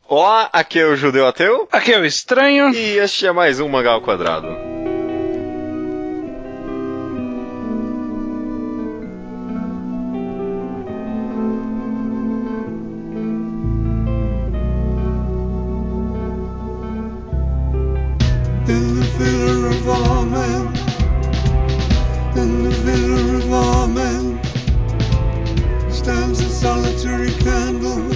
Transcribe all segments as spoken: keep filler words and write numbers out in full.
Olá, aqui é o Judeu Ateu. Aqui é o Estranho. E este é mais um Mangá ao Quadrado. In the filler of all men, in the filler of all men, stands a solitary candle.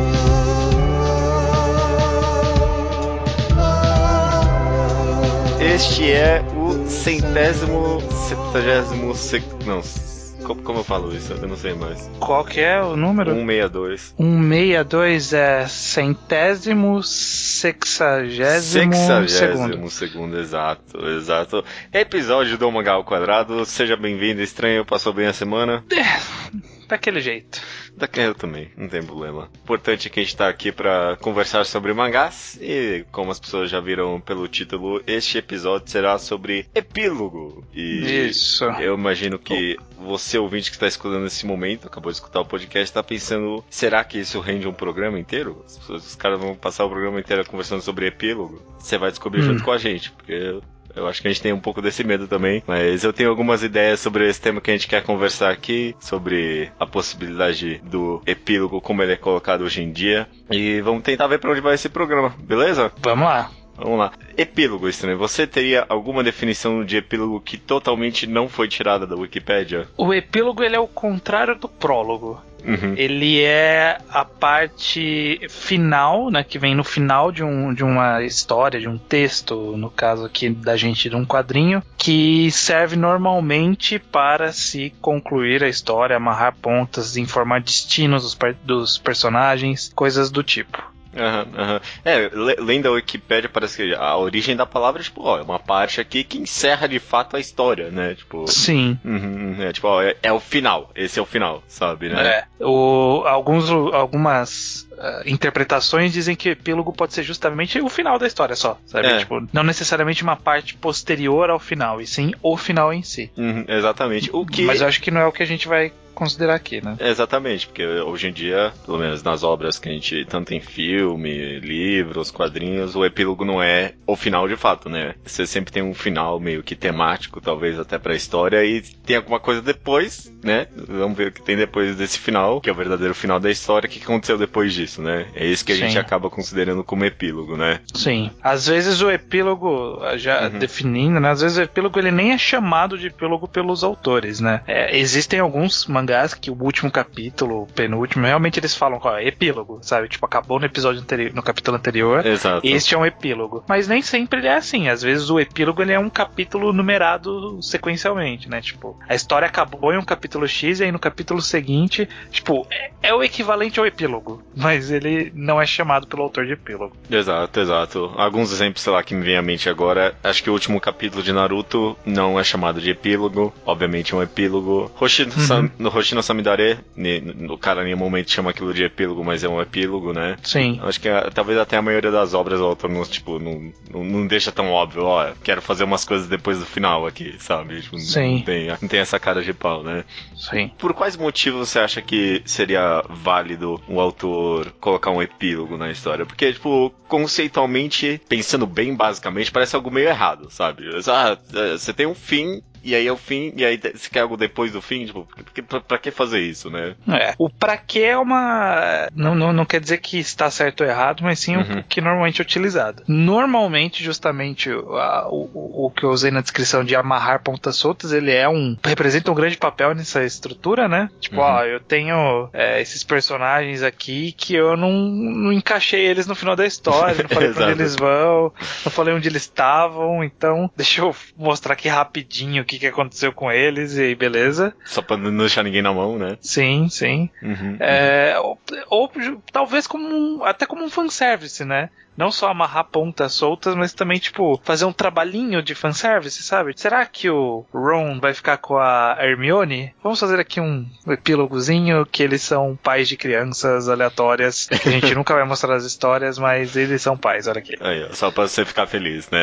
Este é o centésimo, septagésimo, sec... não, como, como eu falo isso? Eu não sei mais. Qual que é o número? cento e sessenta e dois. cento e sessenta e dois é centésimo, sexagésimo, Sexagésimo segundo. segundo, exato, exato. Episódio do Mangá ao Quadrado, seja bem-vindo, Estranho, passou bem a semana? É, daquele jeito. Daquele eu também, não tem problema. Importante é que a gente tá aqui pra conversar sobre mangás e, como as pessoas já viram pelo título, este episódio será sobre epílogo. E Isso. Eu imagino que você, ouvinte que está escutando nesse momento, acabou de escutar o podcast, tá pensando, será que isso rende um programa inteiro? As pessoas, os caras vão passar o programa inteiro conversando sobre epílogo? Você vai descobrir hum. junto com a gente, porque... Eu acho que a gente tem um pouco desse medo também, mas eu tenho algumas ideias sobre esse tema que a gente quer conversar aqui, sobre a possibilidade do epílogo, como ele é colocado hoje em dia, e vamos tentar ver pra onde vai esse programa, beleza? Vamos lá. Vamos lá. Epílogo, Estranho. Você teria alguma definição de epílogo que totalmente não foi tirada da Wikipédia? O epílogo, ele é o contrário do prólogo. Uhum. Ele é a parte final, né, que vem no final de, um, de uma história, de um texto, no caso aqui da gente de um quadrinho, que serve normalmente para se concluir a história, amarrar pontas, informar destinos dos, dos personagens, coisas do tipo. Aham, uhum, aham. Uhum. É, lendo a Wikipédia, parece que a origem da palavra é tipo, ó, é uma parte aqui que encerra de fato a história, né? Tipo. Sim. Uhum, é tipo, ó, é, é o final, esse é o final, sabe, né? É. O, alguns, algumas uh, interpretações dizem que o epílogo pode ser justamente o final da história só, sabe? É. Tipo, não necessariamente uma parte posterior ao final, e sim o final em si. Uhum, exatamente. O que... Mas eu acho que não é o que a gente vai considerar aqui, né? Exatamente, porque hoje em dia, pelo menos nas obras que a gente, tanto em filme, livros, quadrinhos, o epílogo não é o final de fato, né? Você sempre tem um final meio que temático, talvez até pra história, e tem alguma coisa depois, né? Vamos ver o que tem depois desse final, que é o verdadeiro final da história, o que aconteceu depois disso, né? É isso que a Sim. gente acaba considerando como epílogo, né? Sim. Às vezes o epílogo, já uhum. definindo, né? Às vezes o epílogo ele nem é chamado de epílogo pelos autores, né? É, existem alguns mangás que o último capítulo, o penúltimo, realmente eles falam qual é epílogo, sabe? Tipo, acabou no episódio anterior, no capítulo anterior. Exato. Este é um epílogo. Mas nem sempre ele é assim. Às vezes o epílogo ele é um capítulo numerado sequencialmente, né? Tipo, a história acabou em um capítulo X e aí no capítulo seguinte, tipo, é, é o equivalente ao epílogo, mas ele não é chamado pelo autor de epílogo. Exato, exato. Alguns exemplos, sei lá, que me vem à mente agora. Acho que o último capítulo de Naruto não é chamado de epílogo. Obviamente é um epílogo. Hoshino uhum. Hoshino Samidare, o cara em nenhum momento chama aquilo de epílogo, mas é um epílogo, né? Sim. Acho que talvez até a maioria das obras o autor não, tipo, não, não, não deixa tão óbvio, ó, quero fazer umas coisas depois do final aqui, sabe? Tipo, Sim. Não tem, não tem essa cara de pau, né? Sim. Por quais motivos você acha que seria válido o autor colocar um epílogo na história? Porque, tipo, conceitualmente, pensando bem basicamente, parece algo meio errado, sabe? Ah, você tem um fim, e aí é o fim, e aí você quer algo depois do fim, tipo, pra, pra que fazer isso, né? É, o pra que é uma... Não, não, não quer dizer que está certo ou errado, mas sim uhum. o que normalmente é utilizado. Normalmente, justamente, a, o, o que eu usei na descrição de amarrar pontas soltas, ele é um... representa um grande papel nessa estrutura, né? Tipo, uhum. ó, eu tenho é, esses personagens aqui que eu não, não encaixei eles no final da história, não falei pra onde eles vão, não falei onde eles estavam, então deixa eu mostrar aqui rapidinho o que, que aconteceu com eles e beleza. Só pra não deixar ninguém na mão, né? Sim, sim. Uhum, é, uhum. Ou, ou talvez como um, até como um fanservice, né? Não só amarrar pontas soltas, mas também, tipo, fazer um trabalhinho de fanservice, sabe? Será que o Ron vai ficar com a Hermione? Vamos fazer aqui um epílogozinho que eles são pais de crianças aleatórias, que a gente nunca vai mostrar as histórias, mas eles são pais, olha aqui. Aí, só pra você ficar feliz, né?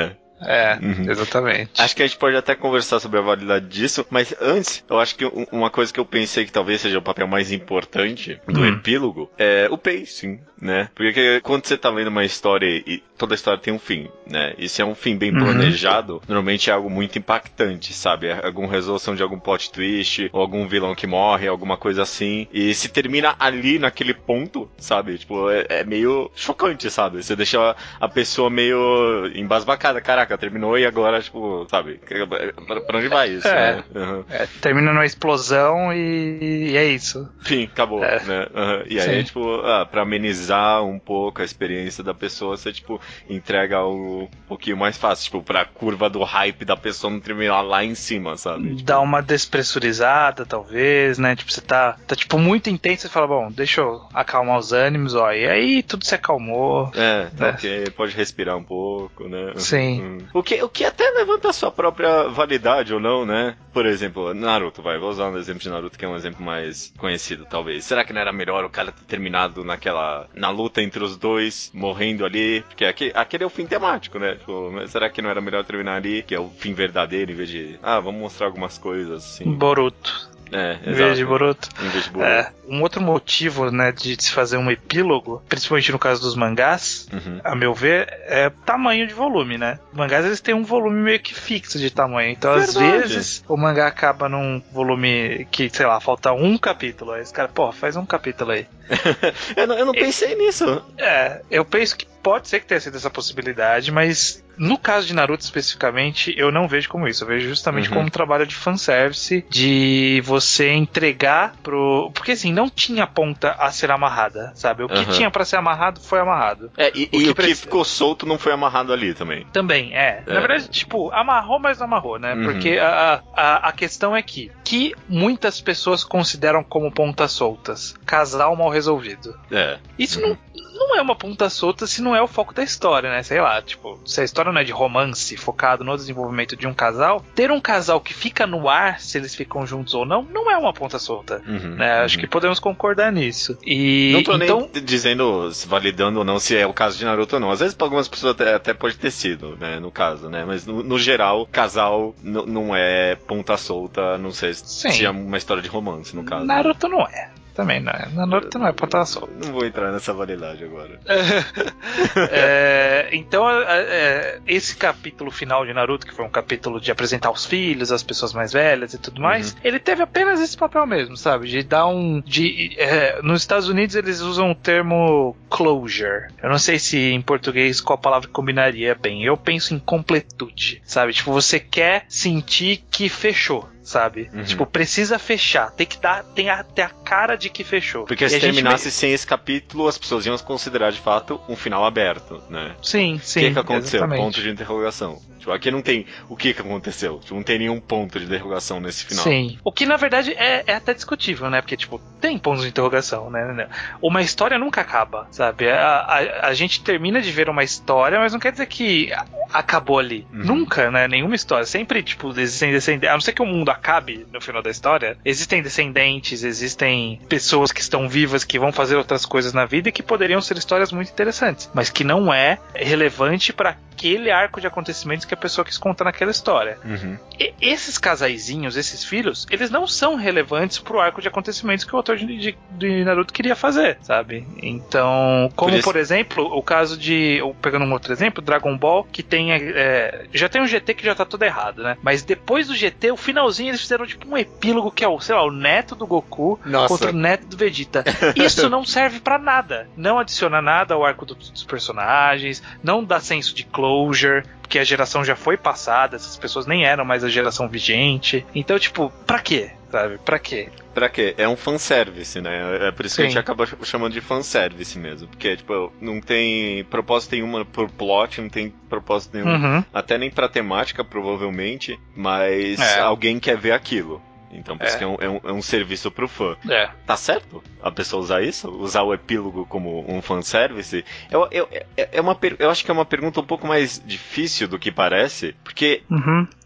É, Uhum. exatamente. Acho que a gente pode até conversar sobre a validade disso, mas antes, eu acho que uma coisa que eu pensei que talvez seja o papel mais importante do hum. epílogo é o pacing, né? Porque quando você tá lendo uma história e toda história tem um fim, né? E se é um fim bem planejado, uhum. normalmente é algo muito impactante, sabe? É alguma resolução de algum plot twist, ou algum vilão que morre, alguma coisa assim. E se termina ali, naquele ponto, sabe? Tipo, é, é meio chocante, sabe? Você deixa a, a pessoa meio embasbacada. Caraca, terminou e agora, tipo, sabe? Pra, pra onde vai isso, é, né? Uhum. É, termina numa explosão e, e é isso. Fim, acabou, é. né? Uhum. E aí, Sim. tipo, ah, pra amenizar um pouco a experiência da pessoa, você, tipo, entrega algo um pouquinho mais fácil, tipo, pra curva do hype da pessoa não terminar lá em cima, sabe? Tipo... Dá uma despressurizada, talvez, né? Tipo, você tá, tá, tipo, muito intenso, você fala, bom, deixa eu acalmar os ânimos, ó, e aí tudo se acalmou. É, tá né? ok, pode respirar um pouco, né? Sim. Uhum. O, que, o que até levanta a sua própria validade ou não, né? Por exemplo, Naruto, vai, vou usar um exemplo de Naruto que é um exemplo mais conhecido, talvez. Será que não era melhor o cara ter terminado naquela, na luta entre os dois, morrendo ali? Porque aquele, aquele é o fim temático, né? Tipo, mas será que não era melhor terminar ali, que é o fim verdadeiro, em vez de, ah, vamos mostrar algumas coisas, assim. Boruto. É, em vez de Boruto. Em vez de Boruto. É, um outro motivo, né, de se fazer um epílogo, principalmente no caso dos mangás, uhum. a meu ver, é tamanho de volume, né? Os mangás, eles têm um volume meio que fixo de tamanho. Então, Verdade. às vezes, o mangá acaba num volume que, sei lá, falta um capítulo. Aí os caras, pô, faz um capítulo aí. eu, não, eu não pensei e, nisso. É, eu penso que pode ser que tenha sido essa possibilidade, mas no caso de Naruto especificamente, eu não vejo como isso. Eu vejo justamente uhum. como um trabalho de fanservice, de você entregar pro... Porque assim, não tinha ponta a ser amarrada, sabe? O que uhum. tinha pra ser amarrado, foi amarrado. É, e o, e que, o que ficou solto não foi amarrado ali também. Também, é. é. Na verdade, tipo, amarrou, mas não amarrou, né? Uhum. Porque a, a, a questão é que, que muitas pessoas consideram como pontas soltas. Casal mal resolvido. É. Isso uhum. não... não é uma ponta solta se não é o foco da história, né? Sei lá, tipo, se a história não é de romance focado no desenvolvimento de um casal, ter um casal que fica no ar, se eles ficam juntos ou não, não é uma ponta solta, uhum, né? Uhum. Acho que podemos concordar nisso. E não tô então... nem dizendo, validando ou não, se é o caso de Naruto ou não. Às vezes pra algumas pessoas até, até pode ter sido, né? No caso, né? Mas no, no geral, casal n- não é ponta solta, não sei Sim. se é uma história de romance, no caso. Naruto né? não é. Também não é. Naruto não é ponta solta. Não vou entrar nessa validade agora. é, então, é, esse capítulo final de Naruto, que foi um capítulo de apresentar os filhos, as pessoas mais velhas e tudo mais, uhum. ele teve apenas esse papel mesmo, sabe? De dar um... De, é, nos Estados Unidos eles usam o termo closure. Eu não sei se em português qual palavra combinaria bem. Eu penso em completude, sabe? Tipo, você quer sentir que fechou. Sabe? Uhum. Tipo, precisa fechar. Tem que dar, tem a, ter a cara de que fechou. Porque e se terminasse gente... sem esse capítulo, as pessoas iam considerar de fato um final aberto, né? Sim, sim. O que, que aconteceu? Exatamente. Ponto de interrogação. Tipo, aqui não tem o que, que aconteceu. Tipo, não tem nenhum ponto de interrogação nesse final. Sim. O que na verdade é, é até discutível, né? Porque, tipo, tem pontos de interrogação, né? Uma história nunca acaba, sabe? A, a, a gente termina de ver uma história, mas não quer dizer que acabou ali. Uhum. Nunca, né? Nenhuma história. Sempre, tipo, existem descendentes. A não ser que o mundo acabe no final da história, existem descendentes, existem pessoas que estão vivas que vão fazer outras coisas na vida e que poderiam ser histórias muito interessantes, mas que não é relevante para aquele arco de acontecimentos que a pessoa quis contar naquela história. Uhum. E esses casaizinhos, esses filhos, eles não são relevantes pro arco de acontecimentos que o autor de, de, de Naruto queria fazer, sabe? Então, como por, por exemplo, o caso de, pegando um outro exemplo, Dragon Ball, que tem é, já tem um G T que já tá tudo errado, né? Mas depois do G T, o finalzinho eles fizeram tipo um epílogo que é o, sei lá, o neto do Goku Nossa. contra o neto do Vegeta. Isso não serve pra nada. Não adiciona nada ao arco do, dos personagens, não dá senso de closure, porque a geração já foi passada, essas pessoas nem eram mais a geração vigente. Então, tipo, pra quê? Sabe? Pra quê? Pra quê? É um fanservice, né? É por isso Sim. que a gente acaba chamando de fanservice mesmo. Porque, tipo, não tem propósito nenhuma por plot, não tem propósito nenhum, uhum. até nem pra temática, provavelmente, mas é. alguém quer ver aquilo. Então, por é. isso que é um, é, um, é um serviço pro fã. É. Tá certo a pessoa usar isso? Usar o epílogo como um fanservice? Eu, eu, é, é uma, eu acho que é uma pergunta um pouco mais difícil do que parece, porque... Uhum.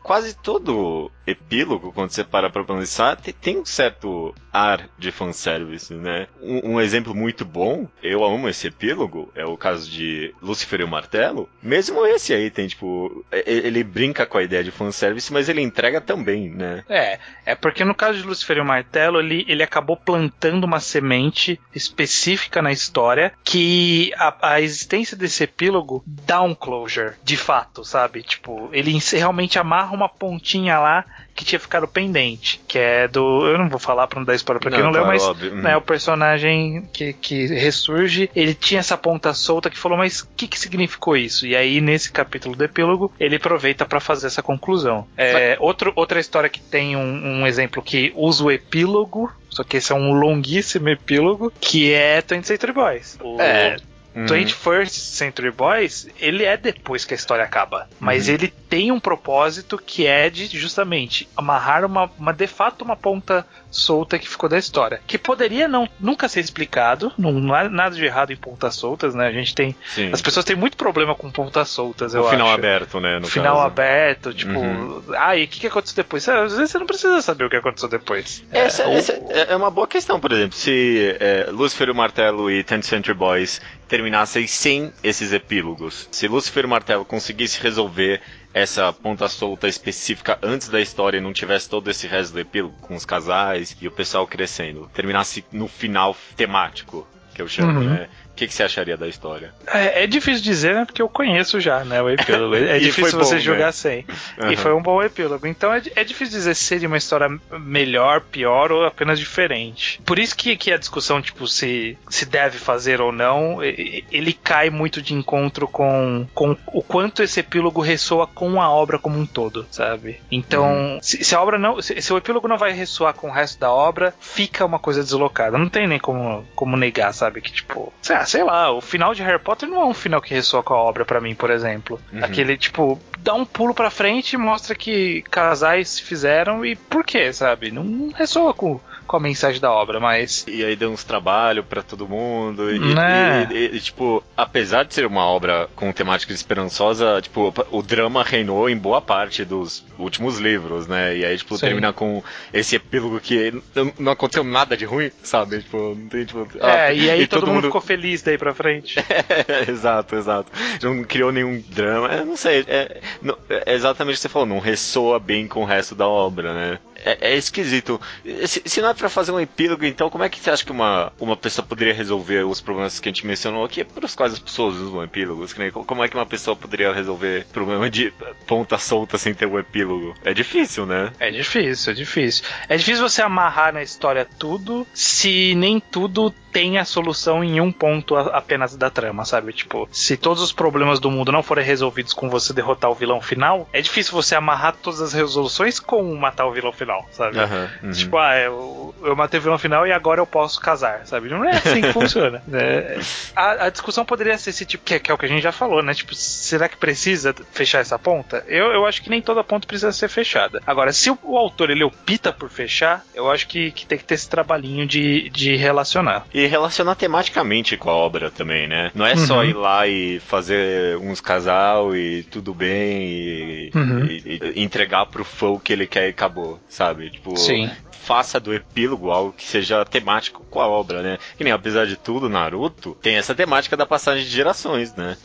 quase todo epílogo, quando você para pra pensar, tem, tem um certo ar de fanservice, né? Um, um exemplo muito bom, eu amo esse epílogo, é o caso de Lúcifer e o Martelo. Mesmo esse aí tem, tipo, ele brinca com a ideia de fanservice, mas ele entrega também, né? É, é porque no caso de Lúcifer e o Martelo, ele, ele acabou plantando uma semente específica na história que a, a existência desse epílogo dá um closure, de fato, sabe? Tipo, ele realmente amarra uma pontinha lá que tinha ficado pendente, que é do... Eu não vou falar pra não dar spoiler pra quem não, não claro, leu, mas óbvio. né, o personagem que, que ressurge, ele tinha essa ponta solta que falou, mas o que, que significou isso? E aí, nesse capítulo do epílogo, ele aproveita pra fazer essa conclusão. É, outro, outra história que tem um, um exemplo que usa o epílogo, só que esse é um longuíssimo epílogo, que é twentieth Century Boys. O... É... twenty-first Century Boys, ele é depois que a história acaba, mas uhum. ele tem um propósito que é de justamente amarrar uma, uma de fato uma ponta solta que ficou da história, que poderia não, nunca ser explicado, não há nada de errado em pontas soltas, né? A gente tem, Sim. as pessoas têm muito problema com pontas soltas, eu acho. O final acho. aberto, né? No final caso. aberto, tipo, uhum. ah, e o que, que aconteceu depois? Às vezes você não precisa saber o que aconteceu depois. Essa é, essa ou... é uma boa questão, por exemplo, se é, Lúcifer e o Martelo e twentieth Century Boys terminassem sem esses epílogos. Se Lúcifer e o Martelo conseguisse resolver essa ponta solta específica antes da história e não tivesse todo esse resto do epílogo com os casais e o pessoal crescendo, terminasse no final temático, que eu chamo, uhum. né? O que, que você acharia da história? É, é difícil dizer, né? Porque eu conheço já, né? O epílogo. É difícil você bom, jogar né? sem. Uhum. E foi um bom epílogo. Então é, é difícil dizer se seria uma história melhor, pior ou apenas diferente. Por isso que, que a discussão, tipo, se, se deve fazer ou não, ele cai muito de encontro com, com o quanto esse epílogo ressoa com a obra como um todo, sabe? Então, uhum. se, se a obra não. Se, se o epílogo não vai ressoar com o resto da obra, fica uma coisa deslocada. Não tem nem como, como negar, sabe? Que, tipo, sei lá, o final de Harry Potter não é um final que ressoa com a obra pra mim, por exemplo. Uhum. Aquele, tipo, dá um pulo pra frente e mostra que casais se fizeram e por quê, sabe? Não ressoa com, com a mensagem da obra, mas... E aí deu uns trabalhos pra todo mundo e, né? e, e, e, tipo, apesar de ser uma obra com temática esperançosa, tipo, o drama reinou em boa parte dos últimos livros, né? E aí, tipo, Sim. termina com esse epílogo que não aconteceu nada de ruim, sabe? Tipo, não tem, tipo... É, ah, e aí e todo, todo mundo mundo ficou feliz daí pra frente. É, exato, exato. Não criou nenhum drama. Eu não sei. É, não, é exatamente o que você falou. Não ressoa bem com o resto da obra, né? É, é esquisito. Se, se não é pra fazer um epílogo, então como é que você acha que uma, uma pessoa poderia resolver os problemas que a gente mencionou aqui, pelos quais as pessoas usam epílogos? Como é que uma pessoa poderia resolver problema de ponta solta sem ter um epílogo? É difícil, né? É difícil, é difícil. É difícil você amarrar na história tudo, se nem tudo tem a solução em um ponto apenas da trama, sabe? Tipo, se todos os problemas do mundo não forem resolvidos com você derrotar o vilão final, é difícil você amarrar todas as resoluções com matar o vilão final, sabe? Uhum, uhum. Tipo, ah, eu, eu matei o vilão final e agora eu posso casar, sabe? Não é assim que funciona. É, a, a discussão poderia ser esse tipo, que é, que é o que a gente já falou, né? Tipo, será que precisa fechar essa ponta? Eu, eu acho que nem toda ponta precisa ser fechada. Agora, se o, o autor ele opta por fechar, eu acho que, que tem que ter esse trabalhinho de, de relacionar. E relacionar tematicamente com a obra também, né? Não é uhum. só ir lá e fazer uns casal e tudo bem e, uhum. e, e entregar pro fã o que ele quer e acabou, sabe? Tipo, Sim. Faça do epílogo algo que seja temático com a obra, né? Que nem, apesar de tudo, Naruto tem essa temática da passagem de gerações, né?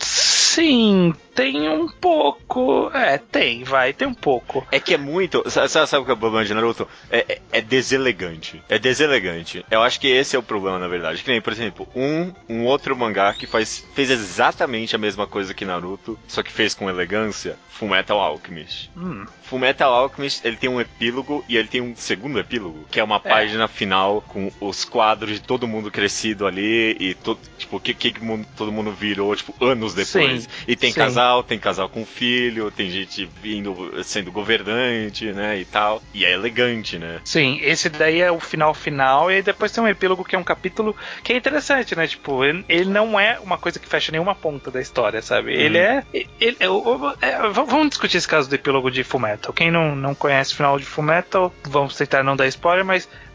Sim, tem um pouco. É, tem, vai, tem um pouco. É que é muito. Sabe, sabe o que é o problema de Naruto? É, é, é deselegante. É deselegante. Eu acho que esse é o problema, na verdade. Que nem, por exemplo, um, um outro mangá que faz, fez exatamente a mesma coisa que Naruto, só que fez com elegância: Fullmetal Alchemist. Hum. Fullmetal Alchemist, ele tem um epílogo e ele tem um segundo epílogo, que é uma é. página final com os quadros de todo mundo crescido ali e to, tipo, o que, que mundo, todo mundo virou, tipo, anos depois. Sim. E tem Sim. casal, tem casal com filho, tem gente vindo, sendo governante, né, e tal. E é elegante, né? Sim, esse daí é o final final, e aí depois tem um epílogo que é um capítulo que é interessante, né? Tipo, ele, ele não é uma coisa que fecha nenhuma ponta da história, sabe? Uhum. Ele é... Ele, é, é, vamos discutir esse caso do epílogo de Fullmetal. Quem não, não conhece o final de Fullmetal, vamos tentar não dar spoiler, mas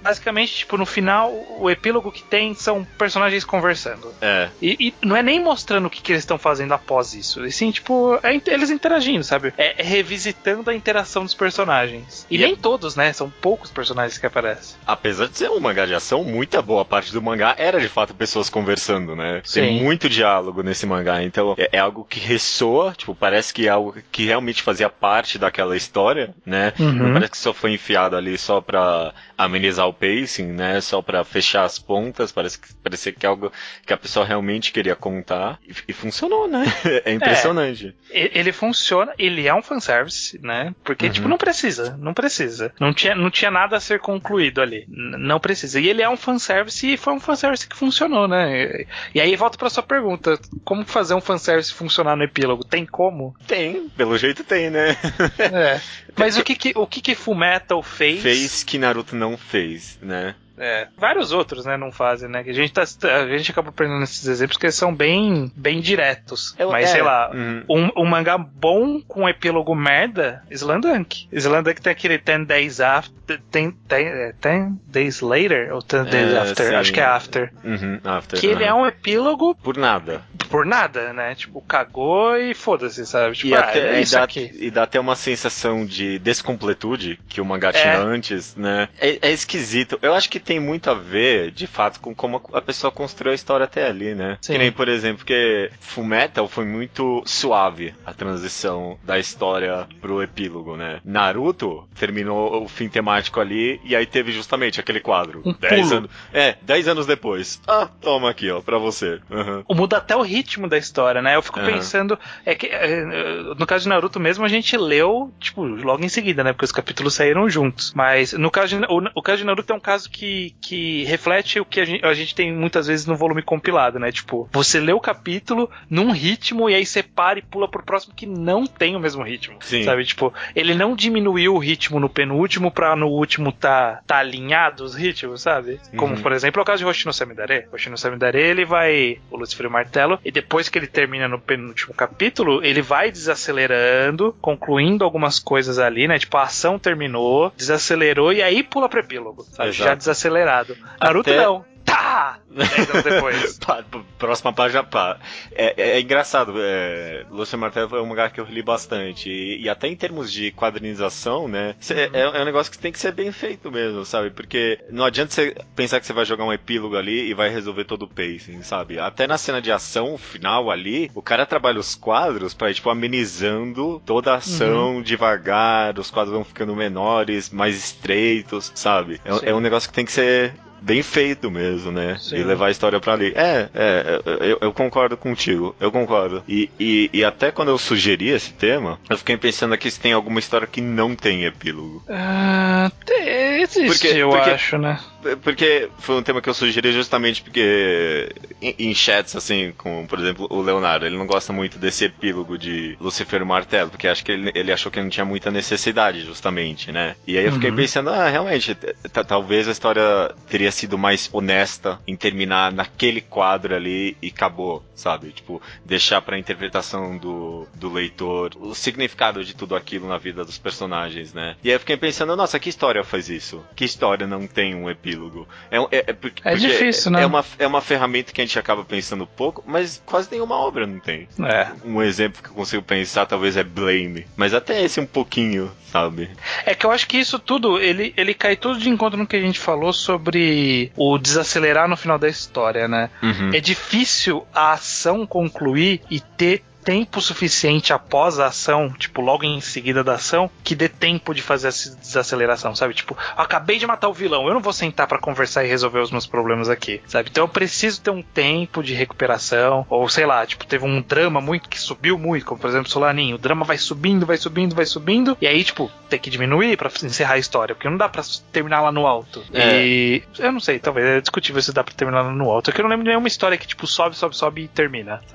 basicamente, tipo, no final, o epílogo que tem são personagens conversando. É. E, e não é nem mostrando o que, que eles estão fazendo após isso. E sim, tipo, é eles interagindo, sabe? É, é revisitando a interação dos personagens. E, e nem é... todos, né? São poucos personagens que aparecem. Apesar de ser um mangá de ação, muita boa parte do mangá era de fato pessoas conversando, né? Sim. Tem muito diálogo nesse mangá, então é, é algo que ressoa, tipo, parece que é algo que realmente fazia parte daquela história, né? Uhum. Não parece que só foi enfiado ali só pra amenizar o pacing, né? Só pra fechar as pontas, parece que, parecia que é algo que a pessoa realmente queria contar e, e funcionou, né? É impressionante. É, ele funciona, ele é um fanservice, né? Porque, uhum. tipo, não precisa, não precisa. Não tinha, não tinha nada a ser concluído ali. N- não precisa. E ele é um fanservice e foi um fanservice que funcionou, né? E, e aí volta pra sua pergunta, como fazer um fanservice funcionar no epílogo? Tem como? Tem, pelo jeito tem, né? É. Mas o que que, o que que Fullmetal fez? Fez que Naruto não fez, né? É, vários outros, né, não fazem, né? Que a gente tá, a gente acaba aprendendo esses exemplos porque eles são bem, bem diretos. Eu, Mas, é, sei lá, uhum. um, um mangá bom com um epílogo merda, Slandunk. Slandunk tem aquele ten days after, ten, ten, ten days later, ou ten days é, after, sim. Acho que é after. Uhum, after que uhum. ele é um epílogo... Por nada. Por nada, né? Tipo, cagou e foda-se, sabe? Tipo, e, ah, até, é isso e, dá, aqui. e dá até uma sensação de descompletude que o mangá tinha é. antes, né? É, é esquisito. Eu acho que tem muito a ver, de fato, com como a pessoa construiu a história até ali, né? Sim. Que nem, por exemplo, porque Fullmetal foi muito suave a transição da história pro epílogo, né? Naruto terminou o fim temático ali e aí teve justamente aquele quadro. Um dez pulo. anos. É, dez anos depois. Ah, toma aqui, ó, pra você. Uhum. Muda até o ritmo da história, né? Eu fico uhum. pensando, é que é, no caso de Naruto mesmo a gente leu, tipo, logo em seguida, né? Porque os capítulos saíram juntos. Mas no caso de, o, o caso de Naruto é um caso que, que reflete o que a gente, a gente tem muitas vezes no volume compilado, né? Tipo, você lê o capítulo num ritmo e aí você para e pula pro próximo que não tem o mesmo ritmo. Sim. Sabe? Tipo, ele não diminuiu o ritmo no penúltimo pra no último tá, tá alinhado os ritmos, sabe? Como, uhum. por exemplo, é o caso de Hoshino Samidare. Hoshino Samidare, ele vai... O Lucifer e o Martelo, e depois que ele termina no penúltimo capítulo, ele vai desacelerando, concluindo algumas coisas ali, né? Tipo, a ação terminou, desacelerou e aí pula pro epílogo, sabe? Já desacelerado. Naruto Até... não. Tá! dez anos depois. Próxima página, pá. É, é, é engraçado. É, Lucifer Martelo é um lugar que eu li bastante. E, e até em termos de quadrinização, né? Cê, uhum. é, é um negócio que tem que ser bem feito mesmo, sabe? Porque não adianta você pensar que você vai jogar um epílogo ali e vai resolver todo o pacing, sabe? Até na cena de ação final ali, o cara trabalha os quadros pra ir, tipo, amenizando toda a ação uhum. devagar, os quadros vão ficando menores, mais estreitos, sabe? É, é um negócio que tem que ser bem feito mesmo, né? Sim. E levar a história pra ali. É, é, eu, eu concordo contigo, eu concordo. E, e, e até quando eu sugeri esse tema, eu fiquei pensando aqui se tem alguma história que não tem epílogo. Uh, existe, porque, eu porque, acho, né? Porque foi um tema que eu sugeri justamente porque em, em chats, assim, com, por exemplo, o Leonardo, ele não gosta muito desse epílogo de Lucifer e Martelo, porque acho que ele, ele achou que não tinha muita necessidade, justamente, né? E aí eu fiquei uhum. pensando, ah, realmente, t- t- talvez a história teria sido mais honesta em terminar naquele quadro ali e acabou, sabe? Tipo, deixar pra interpretação do, do leitor o significado de tudo aquilo na vida dos personagens, né? E aí eu fiquei pensando, nossa, que história faz isso? Que história não tem um epílogo? É, é, é, porque, é difícil, né? É uma, é uma ferramenta que a gente acaba pensando pouco, mas quase nenhuma obra não tem. É. Um exemplo que eu consigo pensar talvez é Blame, mas até esse um pouquinho, sabe? É que eu acho que isso tudo, ele, ele cai tudo de encontro no que a gente falou sobre o desacelerar no final da história, né? Uhum. É difícil a ação concluir e ter tempo suficiente após a ação, tipo, logo em seguida da ação, que dê tempo de fazer essa desaceleração, sabe? Tipo, acabei de matar o vilão, eu não vou sentar pra conversar e resolver os meus problemas aqui, sabe? Então eu preciso ter um tempo de recuperação, ou sei lá, tipo, teve um drama muito que subiu muito, como por exemplo Solaninho, o drama vai subindo, vai subindo, vai subindo, e aí, tipo, tem que diminuir pra encerrar a história, porque não dá pra terminar lá no alto. É. E eu não sei, talvez é discutível se dá pra terminar lá no alto, é que eu não lembro de nenhuma história que, tipo, sobe, sobe, sobe e termina, sabe? É.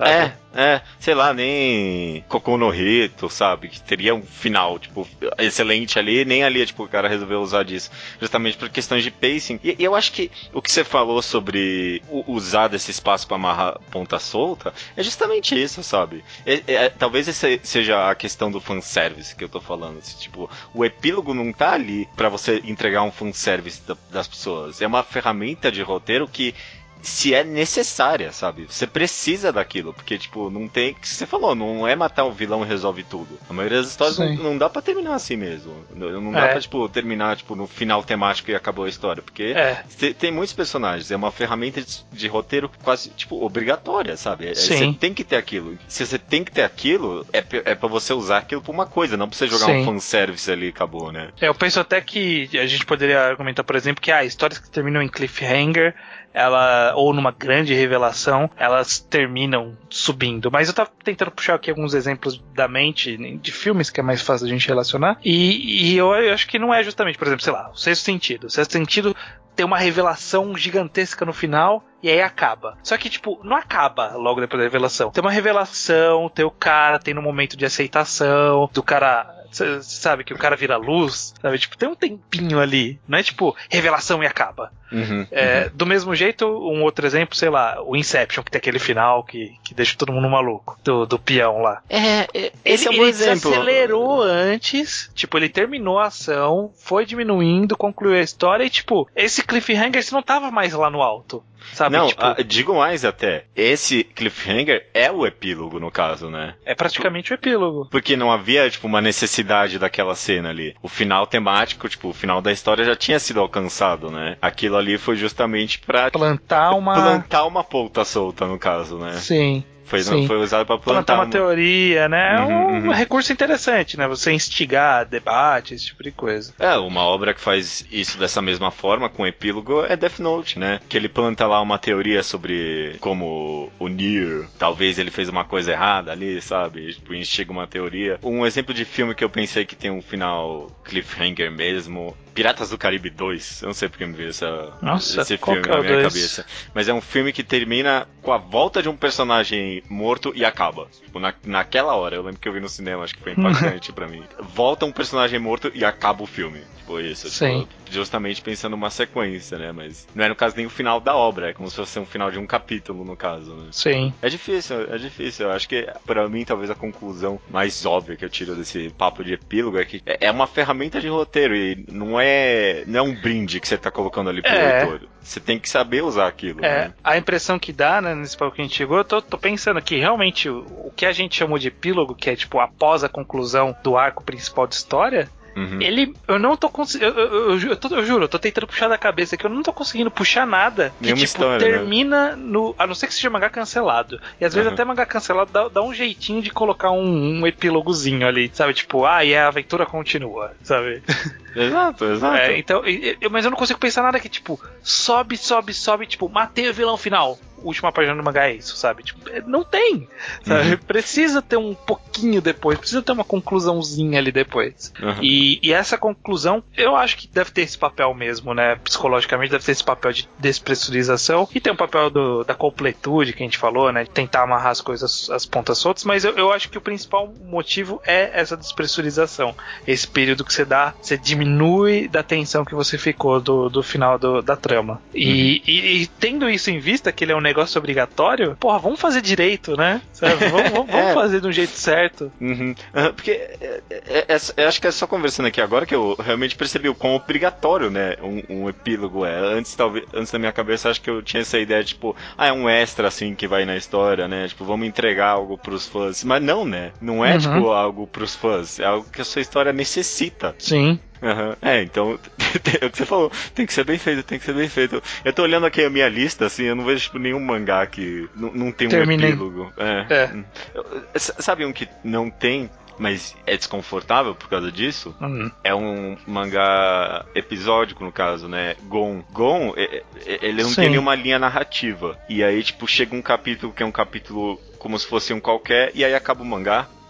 É, sei lá, nem Kokou no Hito, sabe? Que teria um final, tipo, excelente ali, nem ali, tipo, o cara resolveu usar disso. Justamente por questões de pacing. E, e eu acho que o que você falou sobre o, usar desse espaço pra amarrar ponta solta é justamente isso, sabe? É, é, talvez essa seja a questão do fanservice que eu tô falando. Assim, tipo, o epílogo não tá ali pra você entregar um fanservice da, das pessoas. É uma ferramenta de roteiro que, se é necessária, sabe? Você precisa daquilo, porque, tipo, não tem... que você falou, não é matar o vilão e resolve tudo. A maioria das histórias não, não dá pra terminar assim mesmo. Não, não dá é. pra, tipo, terminar, tipo, no final temático e acabou a história, porque é. tem, tem muitos personagens, é uma ferramenta de, de roteiro quase, tipo, obrigatória, sabe? Você tem que ter aquilo. Se você tem que ter aquilo, é, é pra você usar aquilo pra uma coisa, não pra você jogar Sim. um fanservice ali e acabou, né? É, eu penso até que a gente poderia argumentar, por exemplo, que ah, histórias que terminam em cliffhanger, ela, ou numa grande revelação, elas terminam subindo. Mas eu tava tentando puxar aqui alguns exemplos da mente de filmes que é mais fácil a gente relacionar, e, e eu, eu acho que não é justamente, por exemplo, sei lá, o Sexto Sentido. O Sexto Sentido tem uma revelação gigantesca no final e aí acaba. Só que, tipo, não acaba logo depois da revelação. Tem uma revelação, tem o cara, tem no momento de aceitação, do cara... Você sabe que o cara vira luz, sabe? Tipo, tem um tempinho ali. Não é tipo, revelação e acaba. Uhum, é, uhum. Do mesmo jeito, um outro exemplo, sei lá, o Inception, que tem aquele final que, que deixa todo mundo maluco, do, do peão lá. É, é esse ele, é um bom ele exemplo. Ele acelerou antes, tipo, ele terminou a ação, foi diminuindo, concluiu a história e, tipo, esse cliffhanger você não tava mais lá no alto. Sabe, não, tipo, a, digo mais até. Esse cliffhanger é o epílogo, no caso, né? É praticamente o epílogo. Porque não havia, tipo, uma necessidade daquela cena ali. O final temático, tipo, o final da história já tinha sido alcançado, né? Aquilo ali foi justamente pra... Plantar uma... Plantar uma ponta solta, no caso, né? Sim. Foi, não, foi usado para plantar, plantar uma, uma teoria, né? Uhum, um uhum. recurso interessante, né? Você instigar debate, esse tipo de coisa. É, uma obra que faz isso dessa mesma forma, com epílogo, é Death Note, né? Que ele planta lá uma teoria sobre como o Nier, talvez ele fez uma coisa errada ali, sabe? Tipo, instiga uma teoria. Um exemplo de filme que eu pensei que tem um final cliffhanger mesmo... Piratas do Caribe dois, eu não sei porque me veio essa, Nossa, esse filme na minha dois? cabeça. Mas é um filme que termina com a volta de um personagem morto e acaba. Tipo, na, naquela hora, eu lembro que eu vi no cinema, acho que foi impactante pra mim. Volta um personagem morto e acaba o filme. Tipo, isso. Sim. Tipo, justamente pensando numa sequência, né? Mas não é, no caso, nem o final da obra, é como se fosse um final de um capítulo, no caso, né? Sim. É difícil, é difícil. Eu acho que, pra mim, talvez a conclusão mais óbvia que eu tiro desse papo de epílogo é que é uma ferramenta de roteiro e não é, não é um brinde que você tá colocando ali pro é. leitor. Você tem que saber usar aquilo. É, né? A impressão que dá, né, nesse papo que a gente chegou, eu tô, tô pensando que realmente o, o que a gente chamou de epílogo, que é tipo após a conclusão do arco principal de história, Uhum. ele, eu não tô conseguindo, eu, eu, eu, eu, eu juro, eu tô tentando puxar da cabeça que eu não tô conseguindo puxar nada que Nenhuma tipo história, termina né? no, a não ser que seja mangá cancelado, e às vezes uhum. até mangá cancelado dá, dá um jeitinho de colocar um, um epílogozinho ali, sabe, tipo, ah, e a aventura continua, sabe? Exato, exato. É, então, eu, mas eu não consigo pensar nada que tipo, sobe, sobe, sobe, tipo, matei o vilão final. Última página do mangá é isso, sabe? Tipo, não tem, sabe? Uhum. Precisa ter um pouquinho depois, precisa ter uma conclusãozinha ali depois. Uhum. E, e essa conclusão, eu acho que deve ter esse papel mesmo, né? Psicologicamente deve ter esse papel de despressurização e tem um papel do, da completude que a gente falou, né? De tentar amarrar as coisas, as pontas soltas, mas eu, eu acho que o principal motivo é essa despressurização. Esse período que você dá, você diminui da tensão que você ficou do, do final do, da trama. E, uhum. e, e tendo isso em vista, que ele é um negócio obrigatório, porra, vamos fazer direito, né? Sabe? Vamos, vamos, vamos é. fazer de um jeito certo. Uhum. Uhum, porque é, é, é, eu acho que é só conversando aqui agora que eu realmente percebi o quão obrigatório, né, um, um epílogo é. Antes, talvez, antes da minha cabeça, acho que eu tinha essa ideia de, tipo, ah, é um extra, assim, que vai na história, né? Tipo, vamos entregar algo pros fãs. Mas não, né? Não é, uhum. tipo, algo pros fãs. É algo que a sua história necessita. Sim. Uhum. É, então, é o que você falou, tem que ser bem feito, tem que ser bem feito. Eu tô olhando aqui a minha lista, assim, eu não vejo tipo, nenhum mangá que não, não tem um Terminei. epílogo. É. é. Sabe um que não tem, mas é desconfortável por causa disso? Uhum. É um mangá episódico, no caso, né? Gon. Gon, ele não Sim. tem nenhuma linha narrativa. E aí, tipo, chega um capítulo que é um capítulo como se fosse um qualquer, e aí acaba o mangá.